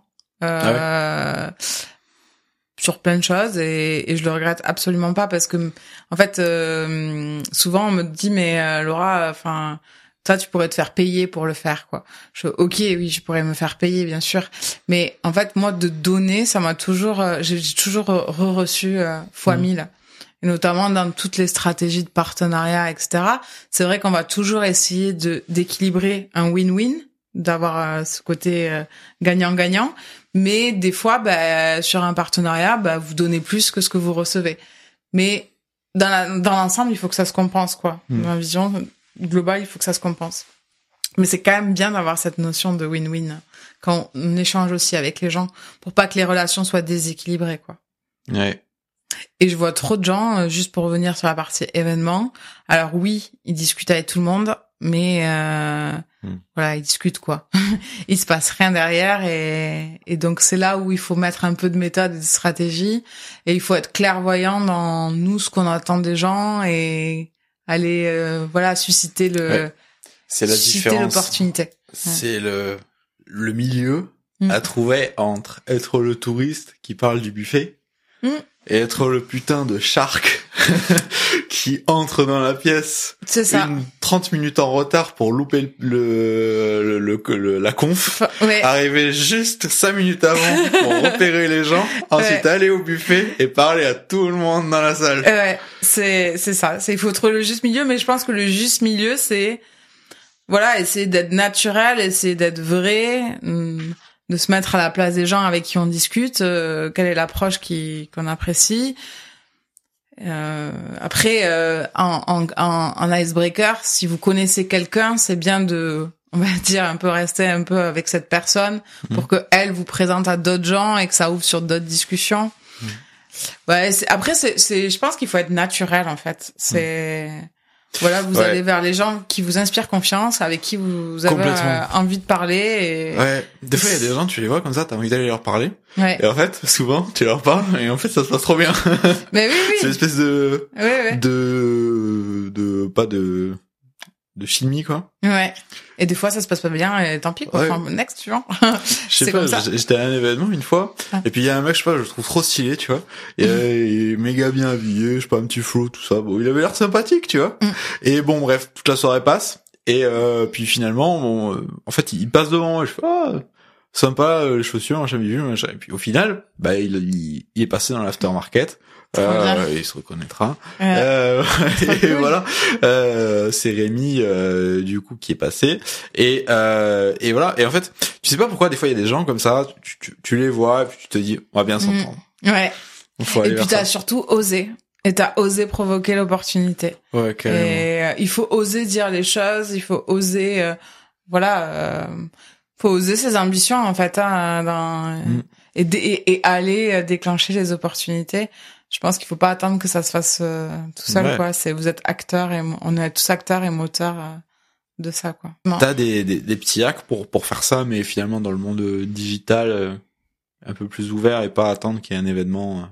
Sur plein de choses et je le regrette absolument pas parce que en fait souvent on me dit mais Laura, enfin toi tu pourrais te faire payer pour le faire quoi. OK, oui, je pourrais me faire payer bien sûr, mais en fait moi de donner ça m'a toujours j'ai toujours reçu fois 1000, et notamment dans toutes les stratégies de partenariat, etc. C'est vrai qu'on va toujours essayer d'équilibrer un win-win, d'avoir ce côté gagnant-gagnant, mais des fois sur un partenariat vous donnez plus que ce que vous recevez, mais dans l'ensemble il faut que ça se compense quoi. Dans la vision globale il faut que ça se compense, mais c'est quand même bien d'avoir cette notion de win-win quand on échange aussi avec les gens pour pas que les relations soient déséquilibrées quoi. Ouais. Et je vois trop de gens, juste pour revenir sur la partie événement, alors oui ils discutent avec tout le monde, mais voilà, ils discutent quoi. Il se passe rien derrière et donc c'est là où il faut mettre un peu de méthode et de stratégie, et il faut être clairvoyant dans nous ce qu'on attend des gens et aller susciter c'est la susciter différence. l'opportunité. C'est le milieu à trouver entre être le touriste qui parle du buffet et être le putain de shark qui entre dans la pièce. C'est ça. 30 minutes en retard pour louper la conf. Ouais. Arriver juste 5 minutes avant pour repérer les gens. Ensuite aller au buffet et parler à tout le monde dans la salle. Ouais, c'est ça. Il faut trouver le juste milieu, mais je pense que le juste milieu, c'est essayer d'être naturel, essayer d'être vrai, de se mettre à la place des gens avec qui on discute, quelle est l'approche qu'on apprécie. Après, en icebreaker, si vous connaissez quelqu'un, c'est bien de, on va dire, un peu rester un peu avec cette personne pour que elle vous présente à d'autres gens et que ça ouvre sur d'autres discussions. Ouais, après, je pense qu'il faut être naturel, en fait. Vous allez vers les gens qui vous inspirent confiance, avec qui vous avez envie de parler. Et... Ouais, des fois il y a des gens, tu les vois comme ça, t'as envie d'aller leur parler. Ouais. Et en fait, souvent, tu leur parles et en fait, ça se passe trop bien. Mais oui. C'est une espèce de pas de chimie quoi. Ouais. Et des fois ça se passe pas bien et tant pis quoi. Ouais. Enfin, next, tu vois. Je sais pas, j'étais à un événement une fois et puis il y a un mec, je sais pas, je le trouve trop stylé, tu vois. Et il est méga bien habillé, je sais pas, un petit flow, tout ça. Bon, il avait l'air sympathique, tu vois. Et bon, bref, toute la soirée passe et puis finalement, en fait, il passe devant et je fais sympa, les chaussures, j'ai jamais vu, machin. Et puis au final, il est passé dans l'aftermarket. Il se reconnaîtra. Et voilà. C'est Rémi du coup qui est passé et voilà. Et en fait, tu sais pas pourquoi des fois il y a des gens comme ça, tu les vois et puis tu te dis on va bien s'entendre. Ouais. Et puis t'as surtout osé. Et t'as osé provoquer l'opportunité. Ouais, carrément. Et il faut oser dire les choses, il faut oser faut oser ses ambitions en fait et aller déclencher les opportunités. Je pense qu'il faut pas attendre que ça se fasse tout seul quoi. Vous êtes acteurs et on est tous acteurs et moteurs de ça quoi. T'as des petits hacks pour faire ça, mais finalement dans le monde digital un peu plus ouvert et pas attendre qu'il y ait un événement.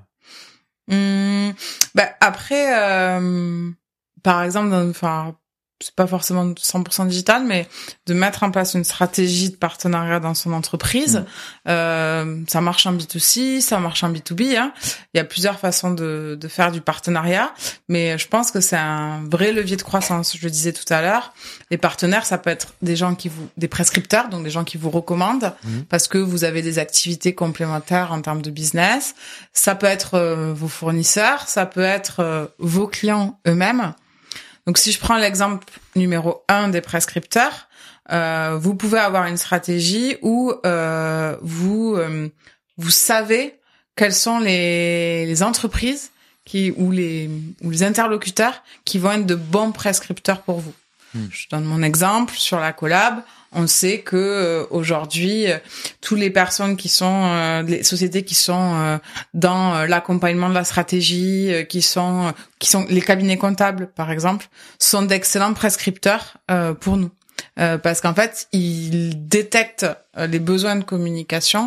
Après par exemple c'est pas forcément 100% digital, mais de mettre en place une stratégie de partenariat dans son entreprise. Ça marche en B2C, ça marche en B2B, hein. Il y a plusieurs façons de faire du partenariat, mais je pense que c'est un vrai levier de croissance. Je le disais tout à l'heure. Les partenaires, ça peut être des prescripteurs, donc des gens qui vous recommandent parce que vous avez des activités complémentaires en termes de business. Ça peut être vos fournisseurs, ça peut être vos clients eux-mêmes. Donc, si je prends l'exemple numéro 1 des prescripteurs, vous pouvez avoir une stratégie où vous savez quelles sont les entreprises ou les interlocuteurs qui vont être de bons prescripteurs pour vous. Je donne mon exemple sur la collab. On sait que aujourd'hui, toutes les personnes qui sont, les sociétés qui sont dans l'accompagnement de la stratégie, qui sont les cabinets comptables par exemple, sont d'excellents prescripteurs pour nous. Parce qu'en fait, ils détectent les besoins de communication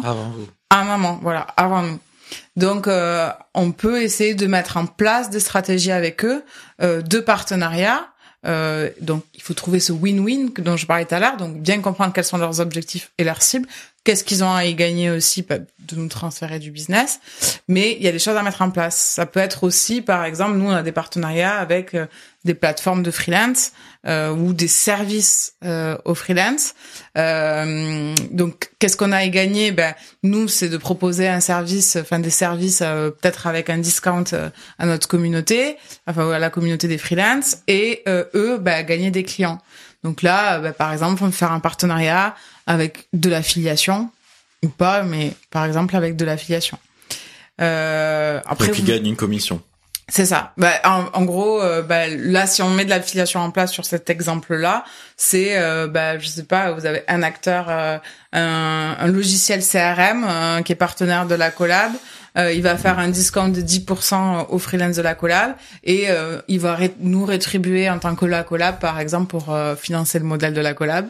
avant nous. Donc, on peut essayer de mettre en place des stratégies avec eux, de partenariat. Donc, il faut trouver ce win-win dont je parlais tout à l'heure. Donc, bien comprendre quels sont leurs objectifs et leurs cibles. Qu'est-ce qu'ils ont à y gagner aussi de nous transférer du business. Mais il y a des choses à mettre en place. Ça peut être aussi, par exemple, nous, on a des partenariats avec des plateformes de freelance ou des services aux freelance. Donc, qu'est-ce qu'on a à y gagner? Nous, c'est de proposer des services peut-être avec un discount à notre communauté, enfin à la communauté des freelance, et eux, gagner des clients. Donc là, par exemple, on peut faire un partenariat avec de l'affiliation ou pas, mais par exemple avec de l'affiliation. Après, donc ils gagnent une commission. C'est ça. En gros, là, si on met de l'affiliation en place sur cet exemple-là, c'est, je sais pas, vous avez un acteur, un logiciel CRM qui est partenaire de la collab. Il va faire un discount de 10% aux freelance de la collab et il va nous rétribuer en tant que la collab, par exemple, pour financer le modèle de la collab,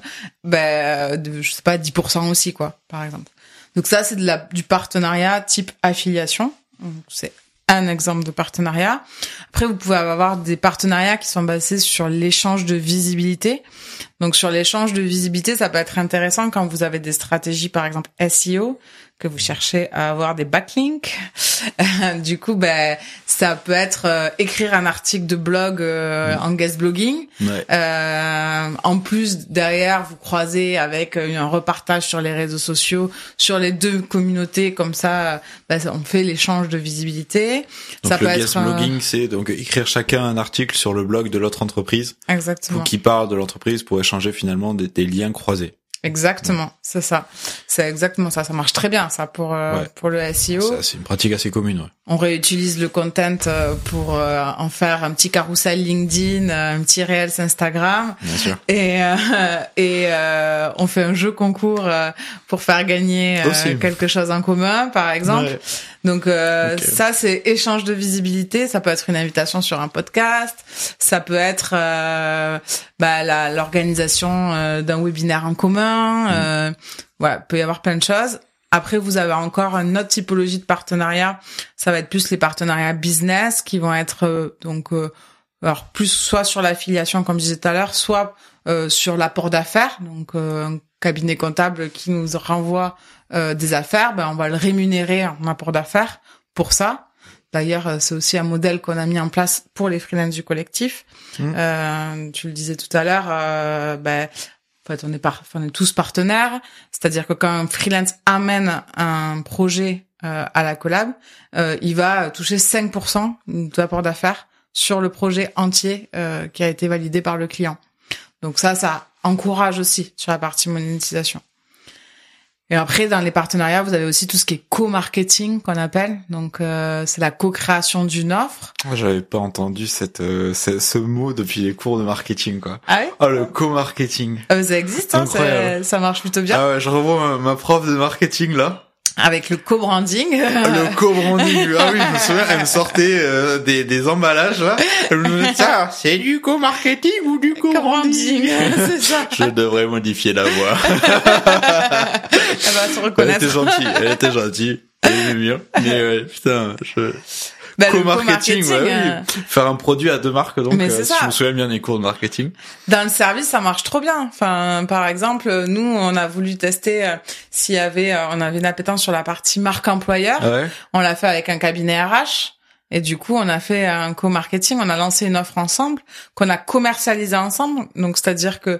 je sais pas, 10% aussi, quoi, par exemple. Donc ça, c'est du partenariat type affiliation. Donc, c'est un exemple de partenariat. Après, vous pouvez avoir des partenariats qui sont basés sur l'échange de visibilité. Donc, sur l'échange de visibilité, ça peut être intéressant quand vous avez des stratégies, par exemple SEO, que vous cherchez à avoir des backlinks. Du coup, ça peut être écrire un article de blog en guest blogging. Ouais. En plus, derrière, vous croisez avec un repartage sur les réseaux sociaux, sur les deux communautés. Comme ça, on fait l'échange de visibilité. Donc ça peut être guest blogging, c'est donc écrire chacun un article sur le blog de l'autre entreprise. Exactement. Qui parle de l'entreprise pour échanger finalement des liens croisés. Exactement, c'est ça. C'est exactement ça. Ça marche très bien, ça, pour le SEO. Ça, c'est une pratique assez commune, ouais. On réutilise le content pour en faire un petit carrousel LinkedIn, un petit Reels Instagram. Bien sûr. Et on fait un jeu concours pour faire gagner quelque chose en commun, par exemple. Ouais. Donc ça, c'est échange de visibilité. Ça peut être une invitation sur un podcast. Ça peut être l'organisation d'un webinaire en commun. Voilà, peut y avoir plein de choses. Après, vous avez encore une autre typologie de partenariat. Ça va être plus les partenariats business qui vont être alors plus soit sur l'affiliation comme je disais tout à l'heure, soit sur l'apport d'affaires. Donc un cabinet comptable qui nous renvoie des affaires, on va le rémunérer en apport d'affaires pour ça. D'ailleurs, c'est aussi un modèle qu'on a mis en place pour les freelances du collectif. Tu le disais tout à l'heure, en fait, on est tous partenaires. C'est-à-dire que quand un freelance amène un projet à la collab, il va toucher 5% de l'apport d'affaires sur le projet entier qui a été validé par le client. Donc ça encourage aussi sur la partie monétisation. Et après, dans les partenariats, vous avez aussi tout ce qui est co-marketing qu'on appelle. Donc, c'est la co-création d'une offre. J'avais pas entendu ce mot depuis les cours de marketing, quoi. Ah oui? Oh, le co-marketing. Ça existe, hein, ça marche plutôt bien. Ah ouais, je revois ma prof de marketing, là. Avec le co-branding. Le co-branding. Ah oui, je me souviens, elle me sortait des emballages, là. Elle me disait, ça, c'est du co-marketing ou du co-branding? C'est ça. Je devrais modifier la voix. Elle va se reconnaître. Elle était gentille. Elle aimait bien. Mais ouais, putain, co-marketing, oui. Faire un produit à deux marques, donc, si je me souviens bien des cours de marketing. Dans le service, ça marche trop bien. Enfin, par exemple, nous, on a voulu tester on avait une appétence sur la partie marque employeur. Ah ouais. On l'a fait avec un cabinet RH. Et du coup, on a fait un co-marketing, on a lancé une offre ensemble, qu'on a commercialisé ensemble. Donc, c'est-à-dire que,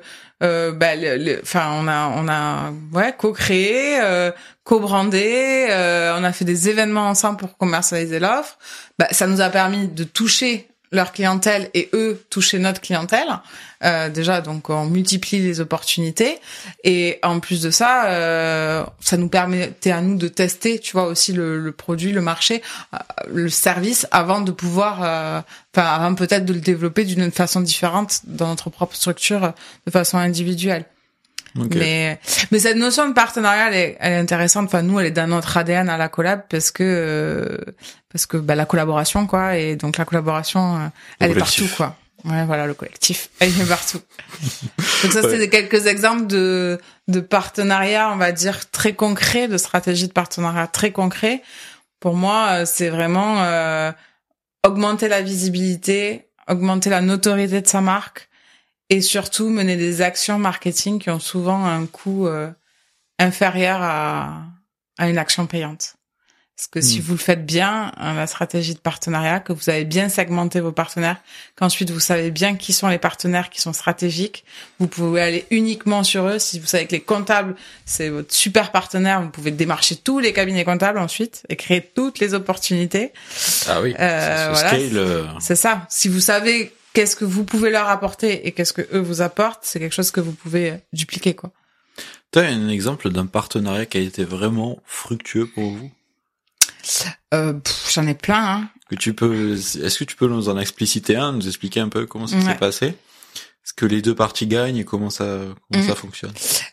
on a co-créé, co-brandé, on a fait des événements ensemble pour commercialiser l'offre. Ça nous a permis de toucher leur clientèle et eux toucher notre clientèle. Déjà, donc on multiplie les opportunités et en plus de ça, ça nous permettait à nous de tester, tu vois, aussi le produit, le marché, le service avant de pouvoir, avant peut-être de le développer d'une façon différente dans notre propre structure de façon individuelle. Mais cette notion de partenariat, elle est intéressante. Enfin, nous, elle est dans notre ADN à la collab parce que la collaboration, quoi. Et donc, la collaboration, elle est partout, quoi. Ouais, voilà, le collectif, elle est partout. Donc ça, c'est quelques exemples de partenariats, on va dire, très concrets, de stratégies de partenariat très concrets. Pour moi, c'est vraiment augmenter la visibilité, augmenter la notoriété de sa marque et surtout mener des actions marketing qui ont souvent un coût inférieur à une action payante. Parce que si vous le faites bien, la stratégie de partenariat, que vous avez bien segmenté vos partenaires, qu'ensuite vous savez bien qui sont les partenaires qui sont stratégiques, vous pouvez aller uniquement sur eux. Si vous savez que les comptables, c'est votre super partenaire, vous pouvez démarcher tous les cabinets comptables ensuite et créer toutes les opportunités. Ah oui, voilà, scale. C'est ça. Si vous savez qu'est-ce que vous pouvez leur apporter et qu'est-ce que eux vous apportent, c'est quelque chose que vous pouvez dupliquer, quoi. T'as un exemple d'un partenariat qui a été vraiment fructueux pour vous? J'en ai plein, hein. Est-ce que tu peux nous en expliciter un, nous expliquer un peu comment ça s'est passé? Est-ce que les deux parties gagnent et comment ça fonctionne?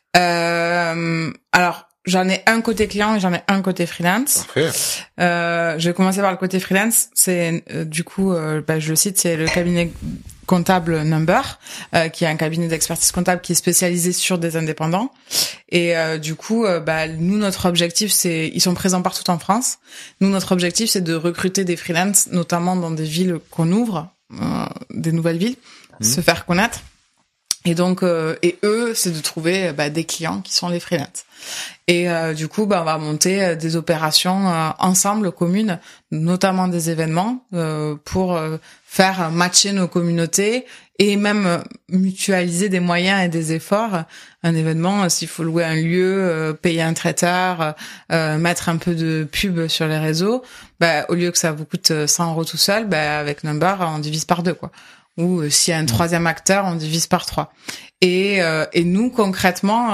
Alors, j'en ai un côté client et j'en ai un côté freelance. Parfait. Je vais commencer par le côté freelance. C'est je le cite, c'est le cabinet comptable Number, qui est un cabinet d'expertise comptable qui est spécialisé sur des indépendants. Et nous, notre objectif, ils sont présents partout en France. Nous, notre objectif, c'est de recruter des freelances, notamment dans des villes qu'on ouvre, des nouvelles villes, se faire connaître. Et donc, et eux, c'est de trouver des clients qui sont les freelances. Et on va monter des opérations ensemble, communes, notamment des événements, pour faire matcher nos communautés et même mutualiser des moyens et des efforts. Un événement, s'il faut louer un lieu, payer un traiteur, mettre un peu de pub sur les réseaux, au lieu que ça vous coûte 100 € tout seul, avec Number, on divise par 2, quoi. Ou s'il y a un troisième acteur, on divise par 3. Et nous, concrètement,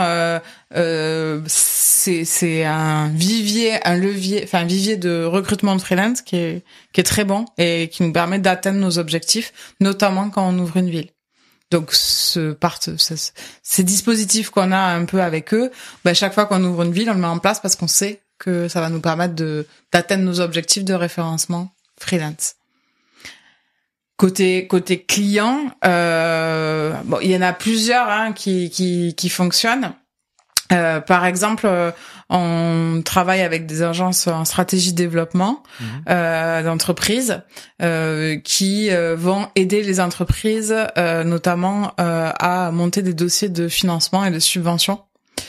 c'est un vivier de recrutement de freelance qui est très bon et qui nous permet d'atteindre nos objectifs, notamment quand on ouvre une ville. Donc ces dispositifs qu'on a un peu avec eux, chaque fois qu'on ouvre une ville, on le met en place parce qu'on sait que ça va nous permettre d'atteindre nos objectifs de référencement freelance. Côté client, il y en a plusieurs qui fonctionnent. Par exemple, on travaille avec des agences en stratégie de développement d'entreprises qui vont aider les entreprises notamment à monter des dossiers de financement et de subvention.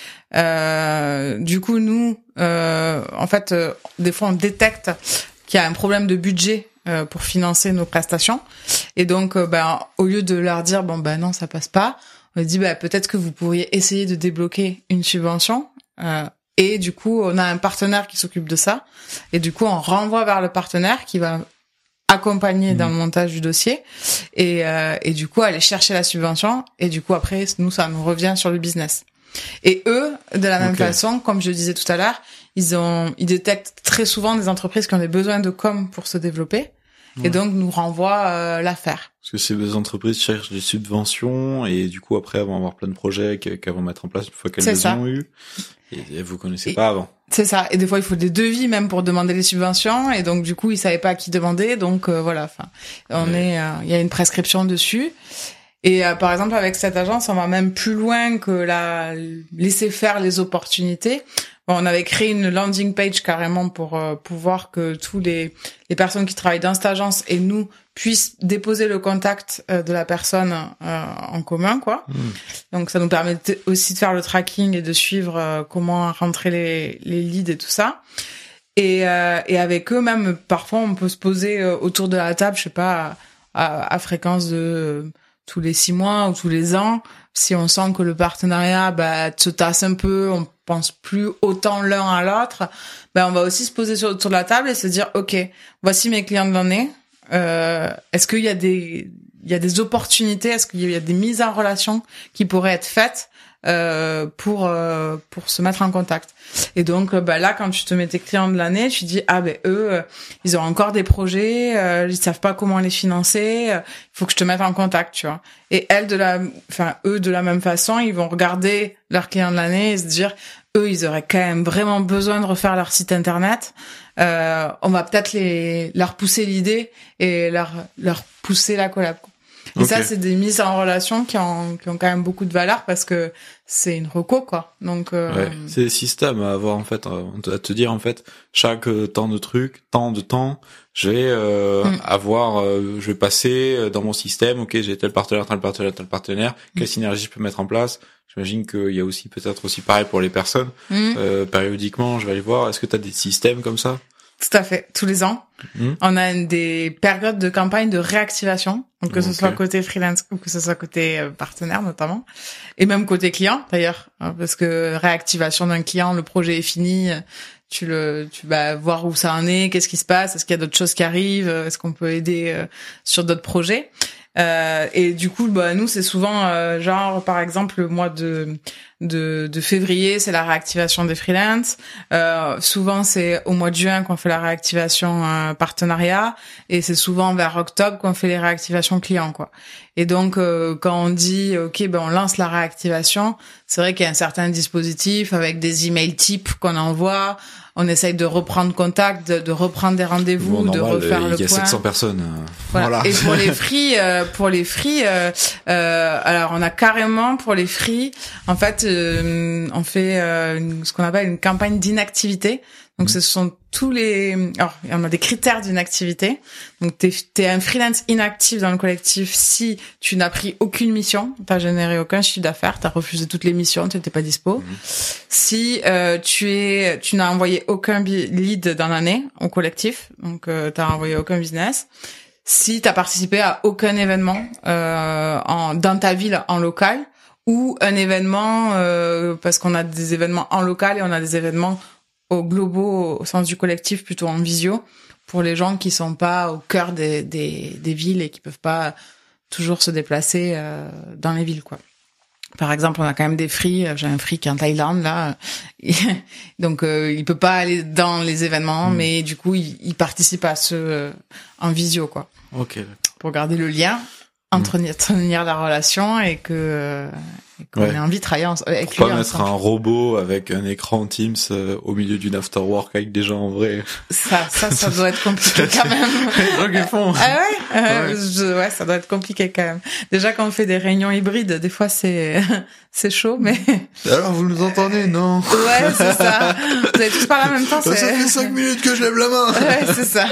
Du coup, nous, des fois, on détecte qu'il y a un problème de budget pour financer nos prestations. Et donc, au lieu de leur dire, non, ça passe pas, on dit, peut-être que vous pourriez essayer de débloquer une subvention. Et du coup, on a un partenaire qui s'occupe de ça. Et du coup, on renvoie vers le partenaire qui va accompagner dans le montage du dossier. Et du coup, aller chercher la subvention. Et du coup, après, nous, ça nous revient sur le business. Et eux, de la même façon, comme je disais tout à l'heure, ils détectent très souvent des entreprises qui ont des besoins de com pour se développer. Et donc nous renvoient l'affaire. Parce que ces entreprises cherchent des subventions et du coup après elles vont avoir plein de projets qu'elles vont mettre en place une fois qu'elles les ont eu. Et vous connaissez pas avant. C'est ça. Et des fois il faut des devis même pour demander les subventions et donc du coup ils savaient pas à qui demander. Donc voilà. Il y a une prescription dessus. Et par exemple avec cette agence on va même plus loin que laisser faire les opportunités. On avait créé une landing page carrément pour pouvoir que tous les personnes qui travaillent dans cette agence et nous puissent déposer le contact de la personne en commun, quoi. Donc ça nous permet aussi de faire le tracking et de suivre comment rentrer les leads et tout ça. Et avec eux même parfois on peut se poser autour de la table, je sais pas, à fréquence de tous les 6 mois ou tous les ans, si on sent que le partenariat se tasse un peu, on pense plus autant l'un à l'autre, on va aussi se poser autour de la table et se dire OK, voici mes clients de l'année. Est-ce qu'il y a des opportunités, est-ce qu'il y a des mises en relation qui pourraient être faites pour se mettre en contact. Et donc là, quand tu te mets tes clients de l'année, tu dis eux, ils ont encore des projets, ils savent pas comment les financer, il faut que je te mette en contact, tu vois. Et eux de la même façon, ils vont regarder leurs clients de l'année et se dire eux, ils auraient quand même vraiment besoin de refaire leur site internet. On va peut-être leur pousser l'idée et leur pousser la collab. Et ça, c'est des mises en relation qui ont quand même beaucoup de valeur parce que c'est une reco, quoi. Donc, c'est des systèmes à avoir, en fait, à te dire, en fait, chaque temps de temps, je vais je vais passer dans mon système, ok, j'ai tel partenaire, quelle synergie je peux mettre en place. J'imagine qu'il y a aussi peut-être aussi pareil pour les personnes. Périodiquement, je vais aller voir, est-ce que tu as des systèmes comme ça? Tout à fait. Tous les ans, on a des périodes de campagne de réactivation, donc que ce soit côté freelance ou que ce soit côté partenaire notamment, et même côté client d'ailleurs, parce que réactivation d'un client, le projet est fini, tu vas voir où ça en est, qu'est-ce qui se passe, est-ce qu'il y a d'autres choses qui arrivent, est-ce qu'on peut aider sur d'autres projets. Et du coup, nous, c'est souvent genre par exemple le mois de février, c'est la réactivation des freelances. Souvent, c'est au mois de juin qu'on fait la réactivation partenariat, et c'est souvent vers octobre qu'on fait les réactivations clients, quoi. Et donc, quand on dit ok, on lance la réactivation, c'est vrai qu'il y a un certain dispositif avec des emails types qu'on envoie. On essaye de reprendre contact, de reprendre des rendez-vous, de refaire le point. Il y a 700 personnes. Voilà. Et pour les free, alors on a carrément pour les free, en fait, on fait ce qu'on appelle une campagne d'inactivité. Donc ce sont alors on a des critères d'inactivité. Donc t'es un freelance inactif dans le collectif si tu n'as pris aucune mission, t'as généré aucun chiffre d'affaires, t'as refusé toutes les missions, tu n'étais pas dispo. Si tu n'as envoyé aucun lead dans l'année au collectif, donc t'as envoyé aucun business. Si t'as participé à aucun événement dans ta ville en local, ou un événement parce qu'on a des événements en local et on a des événements au globaux au sens du collectif plutôt en visio pour les gens qui sont pas au cœur des villes et qui peuvent pas toujours se déplacer dans les villes, quoi. Par exemple, on a quand même des free, j'ai un free qui est en Thaïlande là, donc il peut pas aller dans les événements, mais du coup il participe à ceux en visio, quoi. OK. Pour garder le lien, entretenir la relation et qu'on ait envie de travailler avec lui. Pour pas mettre un robot avec un écran Teams au milieu d'une after work avec des gens en vrai. Ça doit être compliqué quand même. Les gens qui font. Ah ouais, ça doit être compliqué quand même. Déjà quand on fait des réunions hybrides, des fois c'est chaud, mais. Alors vous nous entendez, non? Ouais, c'est ça. Vous avez tous parlé en même temps. Ça fait 5 minutes que je lève la main. Ouais, c'est ça.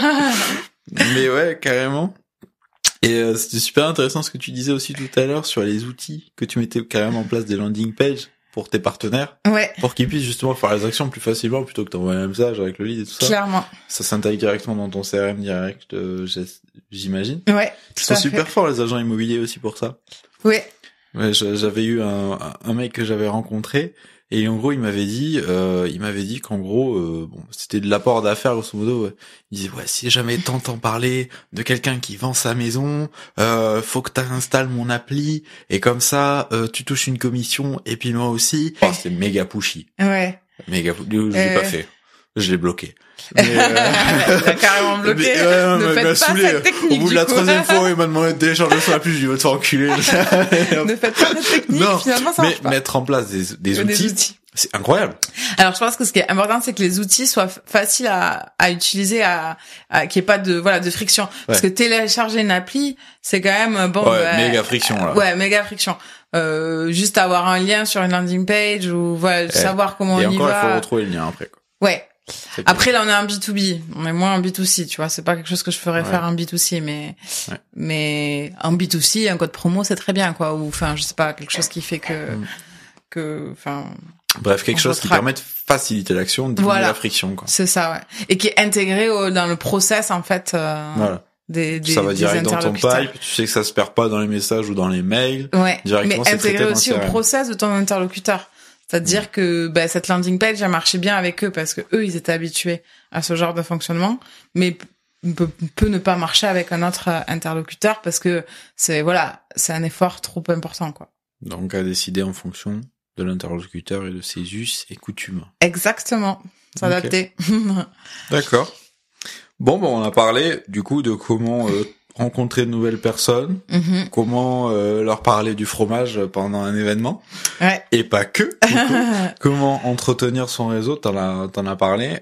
Mais ouais, carrément. Et c'était super intéressant ce que tu disais aussi tout à l'heure sur les outils que tu mettais carrément en place, des landing pages pour tes partenaires. Ouais. Pour qu'ils puissent justement faire les actions plus facilement plutôt que d'envoyer un message avec le lead et tout ça. Clairement. Ça s'intègre directement dans ton CRM direct, j'imagine. Ouais. Ils sont super forts les agents immobiliers aussi pour ça. Ouais. Ouais, j'avais eu un mec que j'avais rencontré. Et en gros, il m'avait dit qu'en gros, c'était de l'apport d'affaires, grosso modo. Ouais. Il disait, si jamais t'entends parler de quelqu'un qui vend sa maison, faut que t'installes mon appli, et comme ça, tu touches une commission, et puis moi aussi. Oh, c'était méga pushy. Ouais. Méga pushy. Je l'ai pas fait. Je l'ai bloqué. Mais t'as carrément bloqué. Ne faites pas cette technique. Au bout de la troisième fois, il m'a demandé de télécharger son appli, je lui ai dit, va te faire enculer. Ne faites pas cette technique, non, finalement ça marche pas. Mettre en place des outils, c'est incroyable. Alors je pense que ce qui est important, c'est que les outils soient faciles à utiliser, qu'il n'y ait pas de friction. Parce que télécharger une appli, c'est quand même méga friction là. Ouais, méga friction. Juste avoir un lien sur une landing page ou savoir comment on y va. Et encore, il faut retrouver le lien après, quoi. Ouais. Après, là, on est en B2B. On est moins en B2C, tu vois. C'est pas quelque chose que je ferais faire en B2C, mais en B2C, un code promo, c'est très bien, quoi. Ou, je sais pas, quelque chose qui fait bref, quelque chose qui permet de faciliter l'action, de diminuer la friction, quoi. C'est ça, ouais. Et qui est intégré dans le process, en fait, ça va direct dans ton pipe, tu sais que ça se perd pas dans les messages ou dans les mails. Ouais. Directement, mais intégré aussi au process de ton interlocuteur. C'est-à-dire que cette landing page a marché bien avec eux parce que eux ils étaient habitués à ce genre de fonctionnement, mais peut ne pas marcher avec un autre interlocuteur parce que c'est un effort trop important, quoi. Donc à décider en fonction de l'interlocuteur et de ses us et coutumes. Exactement. S'adapter. Okay. D'accord. Bon, on a parlé du coup de comment rencontrer de nouvelles personnes, comment leur parler du fromage pendant un événement, et pas que. Du coup, comment entretenir son réseau, t'en as parlé,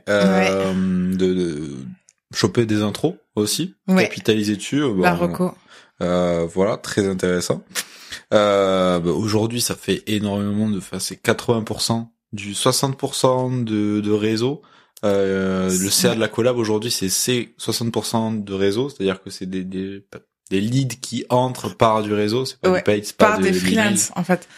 de choper des intros aussi, capitaliser dessus. La reco. Voilà, très intéressant. Aujourd'hui, ça fait énormément c'est 80% du 60% de réseau. Le CA de la collab aujourd'hui, c'est 60% de réseau, c'est-à-dire que c'est des leads qui entrent par du réseau, c'est pas du paid, c'est pas par des freelances en fait.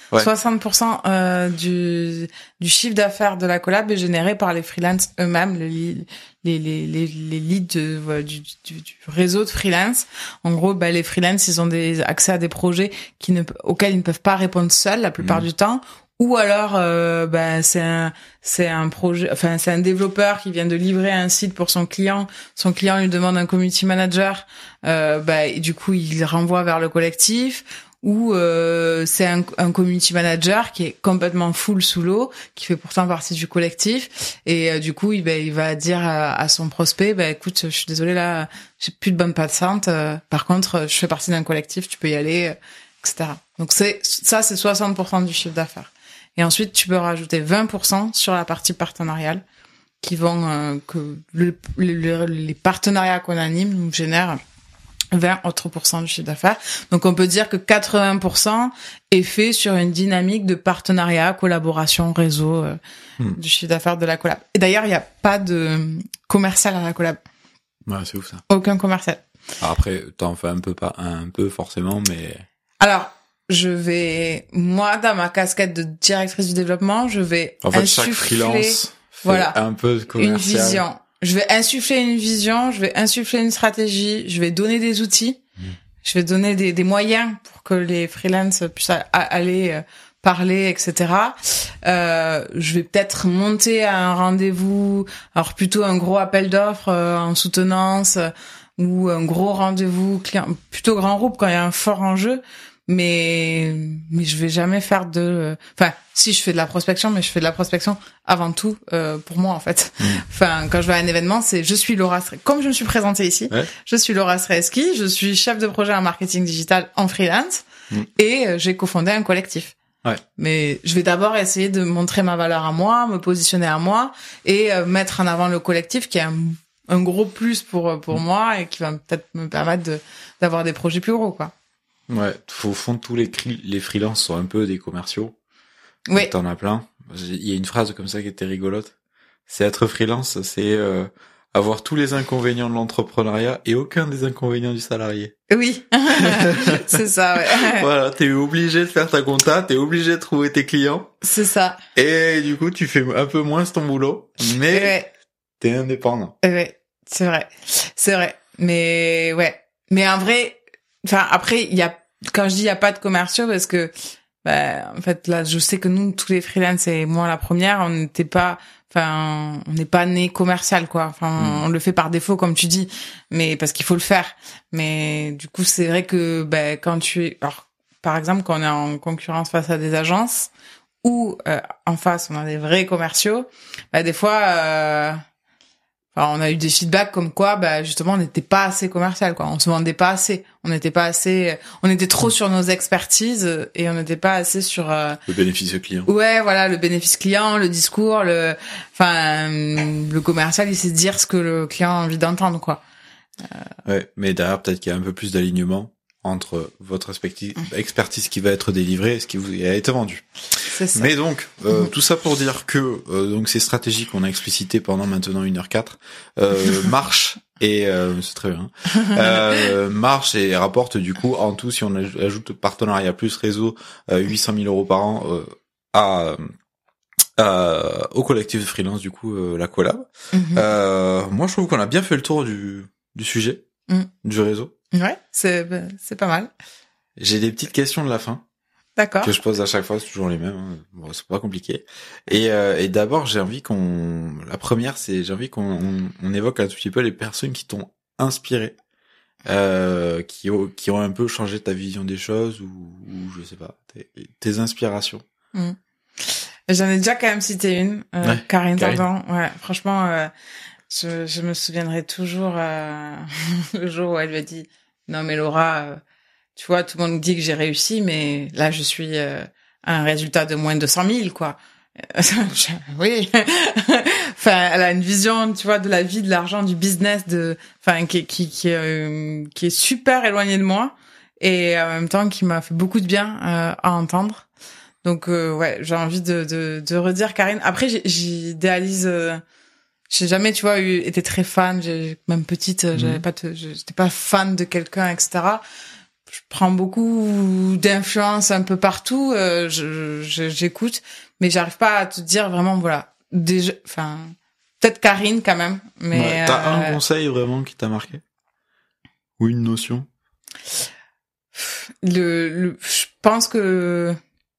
60% du chiffre d'affaires de la collab est généré par les freelances eux-mêmes, les leads du réseau de freelance. En gros, les freelance, ils ont accès à des projets auxquels ils ne peuvent pas répondre seuls la plupart du temps. Ou alors, c'est un projet, enfin, c'est un développeur qui vient de livrer un site pour son client. Son client lui demande un community manager. Et du coup, il renvoie vers le collectif. Ou c'est un community manager qui est complètement full sous l'eau, qui fait pourtant partie du collectif. Et du coup, il va dire à son prospect, écoute, je suis désolé là, j'ai plus de bande passante. Par contre, je fais partie d'un collectif, tu peux y aller, etc. Donc c'est 60% du chiffre d'affaires. Et ensuite, tu peux rajouter 20% sur la partie partenariale qui vont que les partenariats qu'on anime nous génèrent 20 autres % du chiffre d'affaires. Donc, on peut dire que 80% est fait sur une dynamique de partenariat, collaboration, réseau du chiffre d'affaires de la collab. Et d'ailleurs, il n'y a pas de commercial à la collab. Ouais, c'est ouf ça. Aucun commercial. Alors après, t'en fais un peu forcément, mais... Alors, moi, dans ma casquette de directrice du développement, je vais chaque freelance fait un peu de commercial. Une vision. Je vais insuffler une vision, je vais insuffler une stratégie, je vais donner des outils, je vais donner des moyens pour que les freelances puissent aller parler, etc. Je vais peut-être monter à un rendez-vous, alors plutôt un gros appel d'offres en soutenance ou un gros rendez-vous client, plutôt grand groupe quand il y a un fort enjeu. Mais je vais jamais faire si je fais de la prospection, mais je fais de la prospection avant tout pour moi en fait. Enfin, quand je vais à un événement, je suis Laura comme je me suis présentée ici, je suis Laura Streski, je suis chef de projet en marketing digital en freelance et j'ai cofondé un collectif. Mais je vais d'abord essayer de montrer ma valeur à moi, me positionner à moi et mettre en avant le collectif qui est un gros plus pour moi et qui va peut-être me permettre d'avoir des projets plus gros quoi. Ouais, au fond, tous les freelances sont un peu des commerciaux. Oui. T'en as plein. Il y a une phrase comme ça qui était rigolote. C'est être freelance, c'est avoir tous les inconvénients de l'entrepreneuriat et aucun des inconvénients du salarié. Oui. C'est ça, ouais. Voilà, t'es obligé de faire ta compta, t'es obligé de trouver tes clients. C'est ça. Et du coup, tu fais un peu moins ton boulot, mais t'es indépendant. Ouais, c'est vrai. C'est vrai. Mais en vrai, après, quand je dis il y a pas de commerciaux, parce que, en fait, là, je sais que nous, tous les freelances et moi, la première, on n'est pas né commercial, quoi. Enfin, on le fait par défaut, comme tu dis, mais parce qu'il faut le faire. Mais du coup, c'est vrai que, alors, par exemple, quand on est en concurrence face à des agences, ou en face, on a des vrais commerciaux, des fois, on a eu des feedbacks comme quoi, justement, on n'était pas assez commercial, quoi. On se vendait pas assez. On était trop sur nos expertises et on n'était pas assez sur le bénéfice client. Ouais, voilà, le bénéfice client, le discours, le commercial, il sait dire ce que le client a envie d'entendre, quoi. Ouais, mais derrière, peut-être qu'il y a un peu plus d'alignement entre votre expertise qui va être délivrée et ce qui vous a été vendu. C'est ça. Mais donc, tout ça pour dire que donc ces stratégies qu'on a explicitées pendant maintenant 1h04 marchent et c'est très bien. Marchent et rapportent du coup en tout, si on ajoute partenariat plus réseau, 800 000 € par an au collectif de freelance du coup la collab. Moi je trouve qu'on a bien fait le tour du sujet du réseau. Ouais, c'est pas mal. J'ai des petites questions de la fin. D'accord. Que je pose à chaque fois, c'est toujours les mêmes. Hein. Bon, c'est pas compliqué. Et d'abord, j'ai envie qu'on évoque un tout petit peu les personnes qui t'ont inspiré, qui ont un peu changé ta vision des choses ou je sais pas, tes inspirations. J'en ai déjà quand même cité une, Karine Karine. Tardon. Ouais, franchement, je me souviendrai toujours le jour où elle lui a dit non mais Laura, tu vois, tout le monde dit que j'ai réussi, mais là je suis un résultat de moins de 100 000 quoi. Oui. Enfin, elle a une vision, tu vois, de la vie, de l'argent, du business, qui est super éloignée de moi et en même temps qui m'a fait beaucoup de bien à entendre. Donc ouais, j'ai envie de redire Karine. Après j'idéalise j'ai jamais, tu vois, été très fan, même petite, j'étais pas fan de quelqu'un, etc. Je prends beaucoup d'influence un peu partout, j'écoute, mais j'arrive pas à te dire vraiment, voilà, déjà, enfin, peut-être Karine quand même, mais... Ouais, t'as un conseil vraiment qui t'a marqué? Ou une notion? Je pense que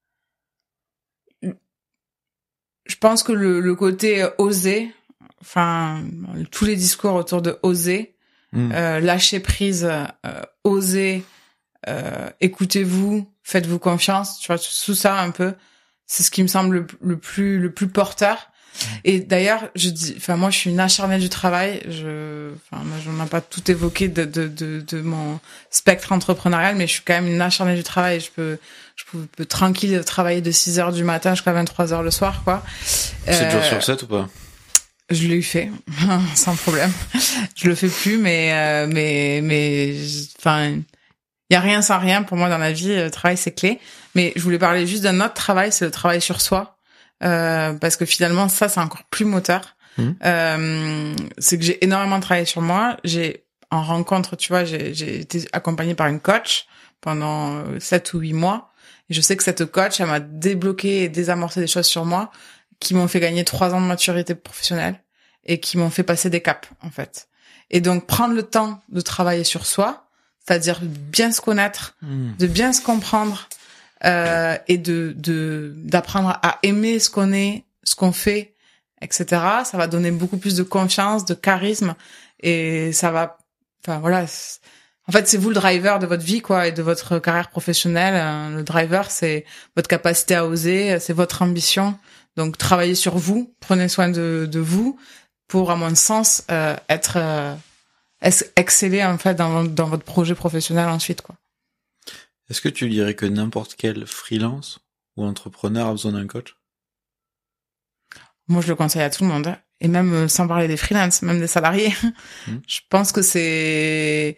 le côté oser, enfin, tous les discours autour de oser, lâcher prise, oser, écoutez-vous, faites-vous confiance, tu vois, tout ça un peu, c'est ce qui me semble le plus porteur. Et d'ailleurs, moi, je suis une acharnée du travail. Moi, j'en ai pas tout évoqué de mon spectre entrepreneurial, mais je suis quand même une acharnée du travail. Je peux tranquille travailler de 6h du matin jusqu'à 23h le soir, quoi. 7 jours sur 7 ou pas? Je l'ai fait, sans problème. Je le fais plus, enfin, il y a rien sans rien pour moi dans la vie. Le travail, c'est clé. Mais je voulais parler juste d'un autre travail, c'est le travail sur soi. Parce que finalement ça c'est encore plus moteur. C'est que j'ai énormément travaillé sur moi. En rencontre, tu vois, j'ai été accompagnée par une coach pendant 7 ou 8 mois et je sais que cette coach elle m'a débloqué et désamorcé des choses sur moi qui m'ont fait gagner 3 ans de maturité professionnelle et qui m'ont fait passer des caps en fait. Et donc prendre le temps de travailler sur soi, c'est-à-dire bien se connaître, de bien se comprendre, et d'apprendre à aimer ce qu'on est, ce qu'on fait, etc. Ça va donner beaucoup plus de confiance, de charisme, et ça va, enfin voilà. En fait, c'est vous le driver de votre vie, quoi, et de votre carrière professionnelle. Le driver, c'est votre capacité à oser, c'est votre ambition. Donc, travaillez sur vous, prenez soin de vous pour, à mon sens, exceller en fait dans votre projet professionnel ensuite, quoi. Est-ce que tu dirais que n'importe quel freelance ou entrepreneur a besoin d'un coach? Moi, je le conseille à tout le monde. Et même sans parler des freelances, même des salariés. Je pense que c'est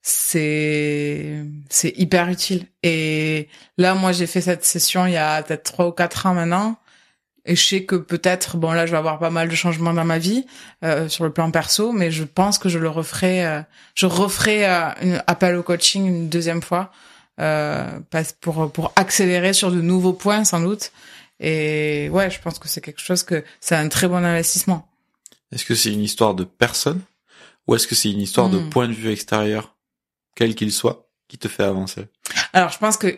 hyper utile. Et là, moi, j'ai fait cette session il y a peut-être 3 ou 4 ans maintenant. Et je sais que peut-être, bon là, je vais avoir pas mal de changements dans ma vie, sur le plan perso, mais je pense que je referai un appel au coaching une deuxième fois. Pour accélérer sur de nouveaux points sans doute, et ouais, je pense que c'est quelque chose c'est un très bon investissement. Est-ce que c'est une histoire de personne ou est-ce que c'est une histoire de point de vue extérieur, quel qu'il soit, qui te fait avancer? Alors je pense que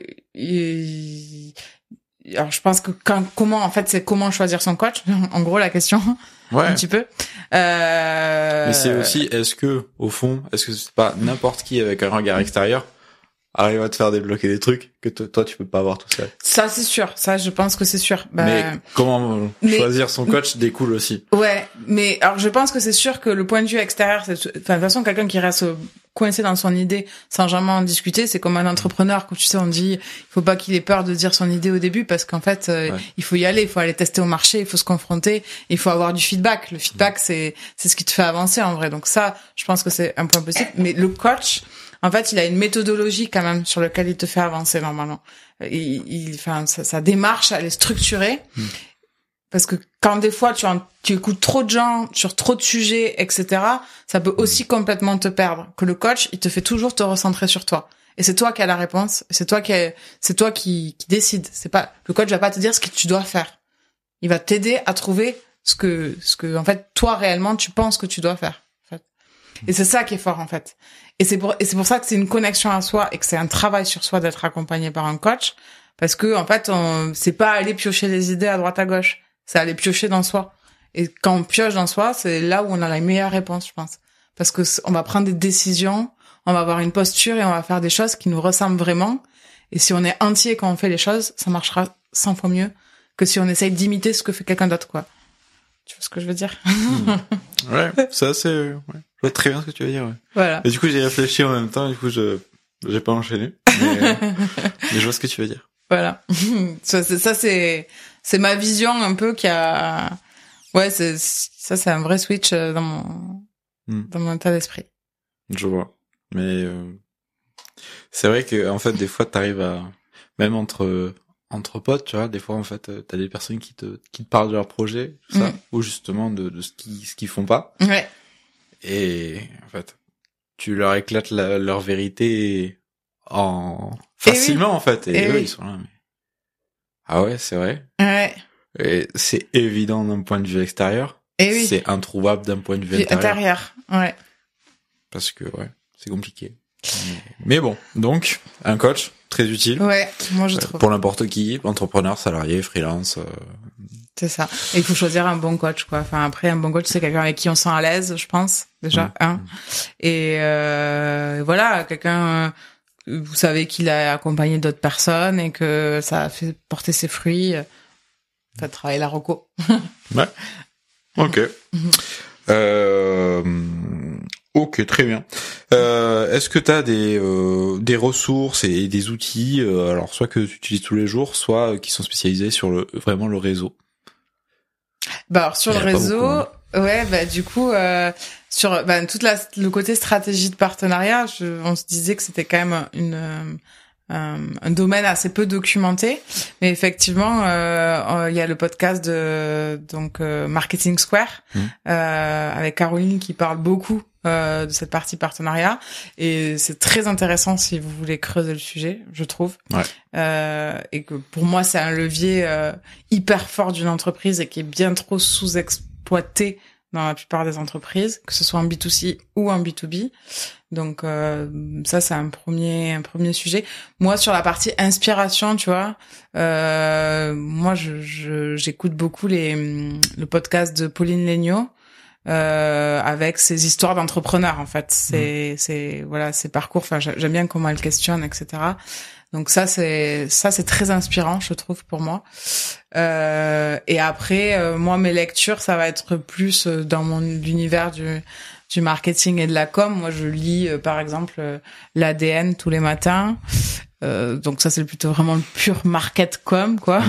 comment choisir son coach, en gros la question. Ouais. Un petit peu. Mais c'est aussi, est-ce que c'est pas n'importe qui avec un regard extérieur arrive à te faire débloquer des trucs que toi tu peux pas avoir tout seul. Ça c'est sûr, ça je pense que c'est sûr. Mais comment choisir son coach découle aussi. Ouais, mais alors je pense que c'est sûr que le point de vue extérieur, de toute façon quelqu'un qui reste coincé dans son idée sans jamais en discuter, c'est comme un entrepreneur, comme tu sais on dit, il faut pas qu'il ait peur de dire son idée au début parce qu'en fait il faut y aller, il faut aller tester au marché, il faut se confronter, il faut avoir du feedback. Le feedback c'est ce qui te fait avancer en vrai. Donc ça, je pense que c'est un point possible, mais le coach en fait, il a une méthodologie quand même sur laquelle il te fait avancer normalement. Sa démarche, elle est structurée. Parce que quand des fois tu écoutes trop de gens sur trop de sujets, etc., ça peut aussi complètement te perdre. Que le coach, il te fait toujours te recentrer sur toi. Et c'est toi qui as la réponse. C'est toi qui décide. C'est pas, le coach va pas te dire ce que tu dois faire. Il va t'aider à trouver ce que, en fait, toi réellement, tu penses que tu dois faire. En fait. Et c'est ça qui est fort, en fait. Et c'est pour ça que c'est une connexion à soi et que c'est un travail sur soi d'être accompagné par un coach. Parce que, en fait, c'est pas aller piocher des idées à droite à gauche. C'est aller piocher dans soi. Et quand on pioche dans soi, c'est là où on a la meilleure réponse, je pense. Parce que on va prendre des décisions, on va avoir une posture et on va faire des choses qui nous ressemblent vraiment. Et si on est entier quand on fait les choses, ça marchera 100 fois mieux que si on essaye d'imiter ce que fait quelqu'un d'autre, quoi. Tu vois ce que je veux dire? Ouais, ça c'est, ouais. Je vois très bien ce que tu veux dire, ouais. Voilà. Et du coup, j'ai réfléchi en même temps, du coup, j'ai pas enchaîné. Mais je vois ce que tu veux dire. Voilà. Ça, c'est ma vision un peu qui a, ouais, c'est un vrai switch dans mon état d'esprit. Je vois. Mais, c'est vrai que, en fait, des fois, t'arrives à, même entre potes, tu vois, des fois, en fait, t'as des personnes qui te parlent de leur projet, tout ça, ou justement de ce qu'ils font pas. Ouais. Et, en fait, tu leur éclates leur vérité facilement, en fait. Et eux, ils sont là, mais... Ah ouais, c'est vrai. Ouais. Et c'est évident d'un point de vue extérieur. Et oui. C'est introuvable d'un point de vue intérieur. Ouais. Parce que, ouais, c'est compliqué. Mais bon, donc, un coach, très utile. Ouais, moi je trouve. Pour n'importe qui, entrepreneur, salarié, freelance. C'est ça. Et il faut choisir un bon coach, quoi. Enfin, après, un bon coach, c'est quelqu'un avec qui on se sent à l'aise, je pense, déjà, Et voilà, quelqu'un, vous savez qu'il a accompagné d'autres personnes et que ça a fait porter ses fruits. Faites travailler la reco. Ouais. Ok. Ok, très bien. Est-ce que t'as des ressources et des outils, alors soit que tu utilises tous les jours, soit qui sont spécialisés sur vraiment le réseau? Bah alors sur le réseau, beaucoup, hein. Ouais, bah du coup sur le côté stratégie de partenariat, on se disait que c'était quand même un domaine assez peu documenté, mais effectivement il y a le podcast de Marketing Square avec Caroline qui parle beaucoup de cette partie partenariat, et c'est très intéressant si vous voulez creuser le sujet, je trouve. Ouais. Et que pour moi c'est un levier hyper fort d'une entreprise et qui est bien trop sous-exploité dans la plupart des entreprises, que ce soit en B2C ou en B2B. Donc ça c'est un premier sujet. Moi sur la partie inspiration, tu vois, moi j'écoute beaucoup le podcast de Pauline Legnaud avec ses histoires d'entrepreneurs, en fait. C'est voilà, ses parcours, enfin j'aime bien comment elle questionne, etc. Donc ça c'est très inspirant, je trouve, pour moi. Et après moi mes lectures, ça va être plus dans l'univers du marketing et de la com. Moi je lis par exemple l'ADN tous les matins. Donc ça c'est plutôt vraiment le pur market com, quoi.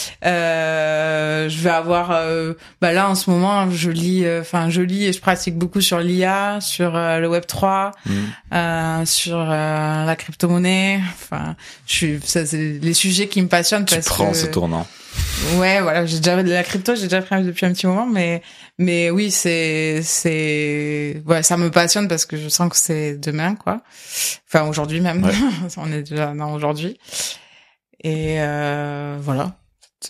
Je vais avoir là en ce moment je lis et je pratique beaucoup sur l'IA, sur le Web3, sur la crypto-monnaie. Enfin, ça c'est les sujets qui me passionnent parce que tu prends ce tournant. Ouais, voilà, la crypto, j'ai déjà pris depuis un petit moment, mais oui, ouais, ça me passionne parce que je sens que c'est demain, quoi. Enfin, aujourd'hui même. Ouais. On est déjà dans aujourd'hui. Et voilà.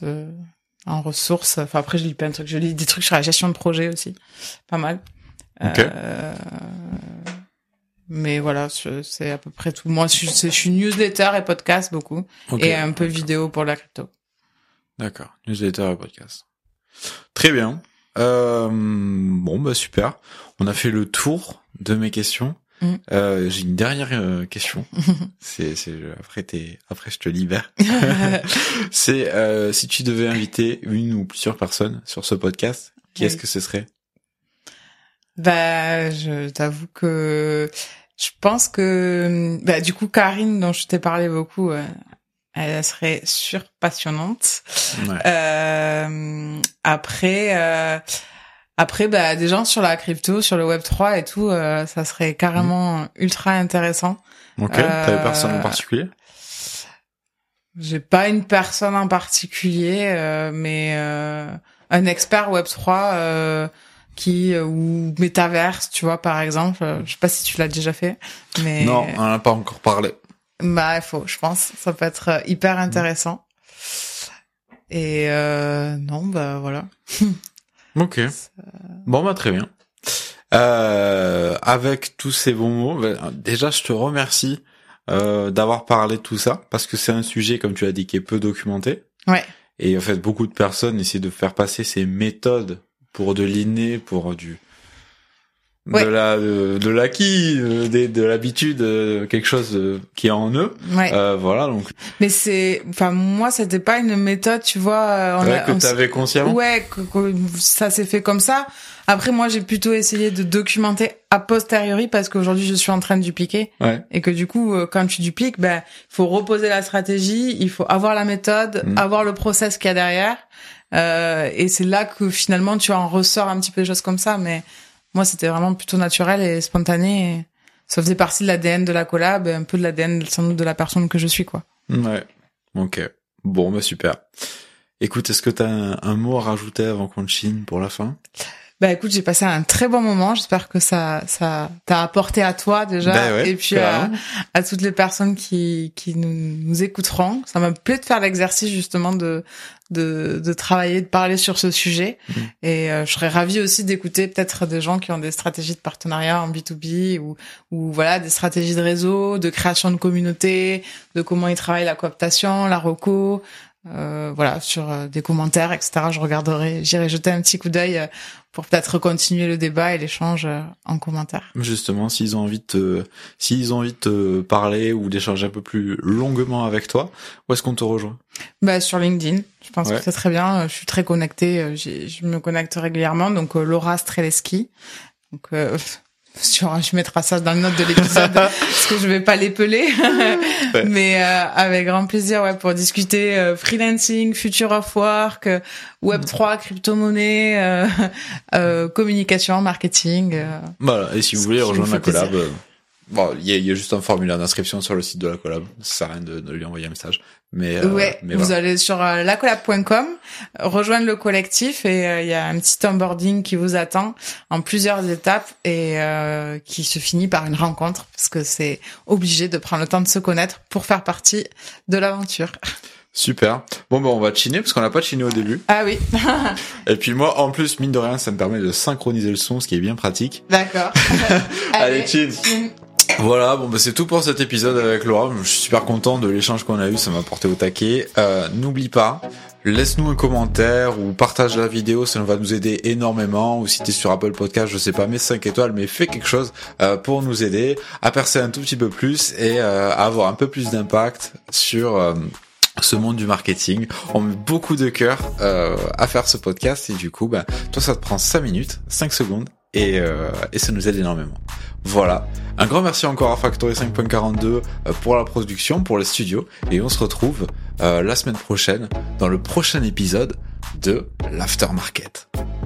En ressources. Enfin, après, je lis plein de trucs. Je lis des trucs sur la gestion de projet aussi. Pas mal. Okay. Mais voilà, c'est à peu près tout. Moi, je suis newsletter et podcast beaucoup. Okay. Et un peu vidéo pour la crypto. D'accord. Newsletter et podcast. Très bien. Bon, bah, super. On a fait le tour de mes questions. J'ai une dernière question. Après je te libère. C'est si tu devais inviter une ou plusieurs personnes sur ce podcast, qui est-ce que ce serait? Bah, je t'avoue que je pense que du coup Karine, dont je t'ai parlé beaucoup, elle serait surpassionnante. Ouais. Après, des gens sur la crypto, sur le Web3 et tout, ça serait carrément ultra intéressant. Ok. T'avais personne en particulier? J'ai pas une personne en particulier, mais un expert Web3 ou métaverse, tu vois, par exemple. Je sais pas si tu l'as déjà fait, mais non, on en a pas encore parlé. Bah, je pense, ça peut être hyper intéressant. Et non, voilà. Ok. Bon, bah très bien. Avec tous ces bons mots, déjà je te remercie d'avoir parlé de tout ça, parce que c'est un sujet, comme tu l'as dit, qui est peu documenté. Ouais. Et en fait, beaucoup de personnes essaient de faire passer ces méthodes pour de l'inné, pour Ouais. de l'acquis, de l'habitude, quelque chose qui est en eux. Ouais. Voilà, donc. Mais moi, c'était pas une méthode, tu vois. Que t'avais consciemment. Ouais, que ça s'est fait comme ça. Après, moi, j'ai plutôt essayé de documenter a posteriori parce qu'aujourd'hui, je suis en train de dupliquer. Ouais. Et que du coup, quand tu dupliques, il faut reposer la stratégie, il faut avoir la méthode, avoir le process qu'il y a derrière. Et c'est là que finalement, tu en ressors un petit peu des choses comme ça. Mais moi, c'était vraiment plutôt naturel et spontané. Et ça faisait partie de l'ADN de la collab et un peu de l'ADN sans doute de la personne que je suis, quoi. Ouais. Ok. Bon, super. Écoute, est-ce que t'as un mot à rajouter avant qu'on chine pour la fin? Écoute, j'ai passé un très bon moment. J'espère que ça t'a apporté à toi déjà, et puis à toutes les personnes qui nous écouteront. Ça m'a plu de faire l'exercice justement de travailler, de parler sur ce sujet. Et je serais ravie aussi d'écouter peut-être des gens qui ont des stratégies de partenariat en B2B ou voilà, des stratégies de réseau, de création de communauté, de comment ils travaillent la cooptation, la reco. Voilà, sur des commentaires, etc. J'irai jeter un petit coup d'œil pour peut-être continuer le débat et l'échange en commentaire. Justement, s'ils ont envie de te parler ou d'échanger un peu plus longuement avec toi, où est-ce qu'on te rejoint? Sur LinkedIn. Je pense que c'est très bien. Je suis très connectée. Je me connecte régulièrement. Donc, Laura Streleski. Donc, je mettrai ça dans le note de l'épisode parce que je vais pas l'épeler. Mais avec grand plaisir, pour discuter freelancing, future of work, Web3, crypto-monnaie, communication, marketing. Voilà, et si vous voulez rejoindre la collab, il y a juste un formulaire d'inscription sur le site de la collab. Ça sert à rien de lui envoyer un message. Mais vous allez sur lacollab.com, rejoindre le collectif et il y a un petit onboarding qui vous attend en plusieurs étapes et qui se finit par une rencontre parce que c'est obligé de prendre le temps de se connaître pour faire partie de l'aventure. Super. Bon, on va chiner parce qu'on n'a pas chiné au début. Ah oui. Et puis moi, en plus, mine de rien, ça me permet de synchroniser le son, ce qui est bien pratique. D'accord. Allez, chin. Voilà, c'est tout pour cet épisode avec Laura. Je suis super content de l'échange qu'on a eu, ça m'a porté au taquet. N'oublie pas, laisse-nous un commentaire ou partage la vidéo, ça va nous aider énormément. Ou si t'es sur Apple Podcast, je sais pas, mets 5 étoiles, mais fais quelque chose pour nous aider à percer un tout petit peu plus et à avoir un peu plus d'impact sur ce monde du marketing. On met beaucoup de cœur à faire ce podcast et du coup, toi ça te prend 5 minutes, 5 secondes et ça nous aide énormément. Voilà. Un grand merci encore à Factory 5.42 pour la production, pour les studios et on se retrouve la semaine prochaine dans le prochain épisode de l'Aftermarket.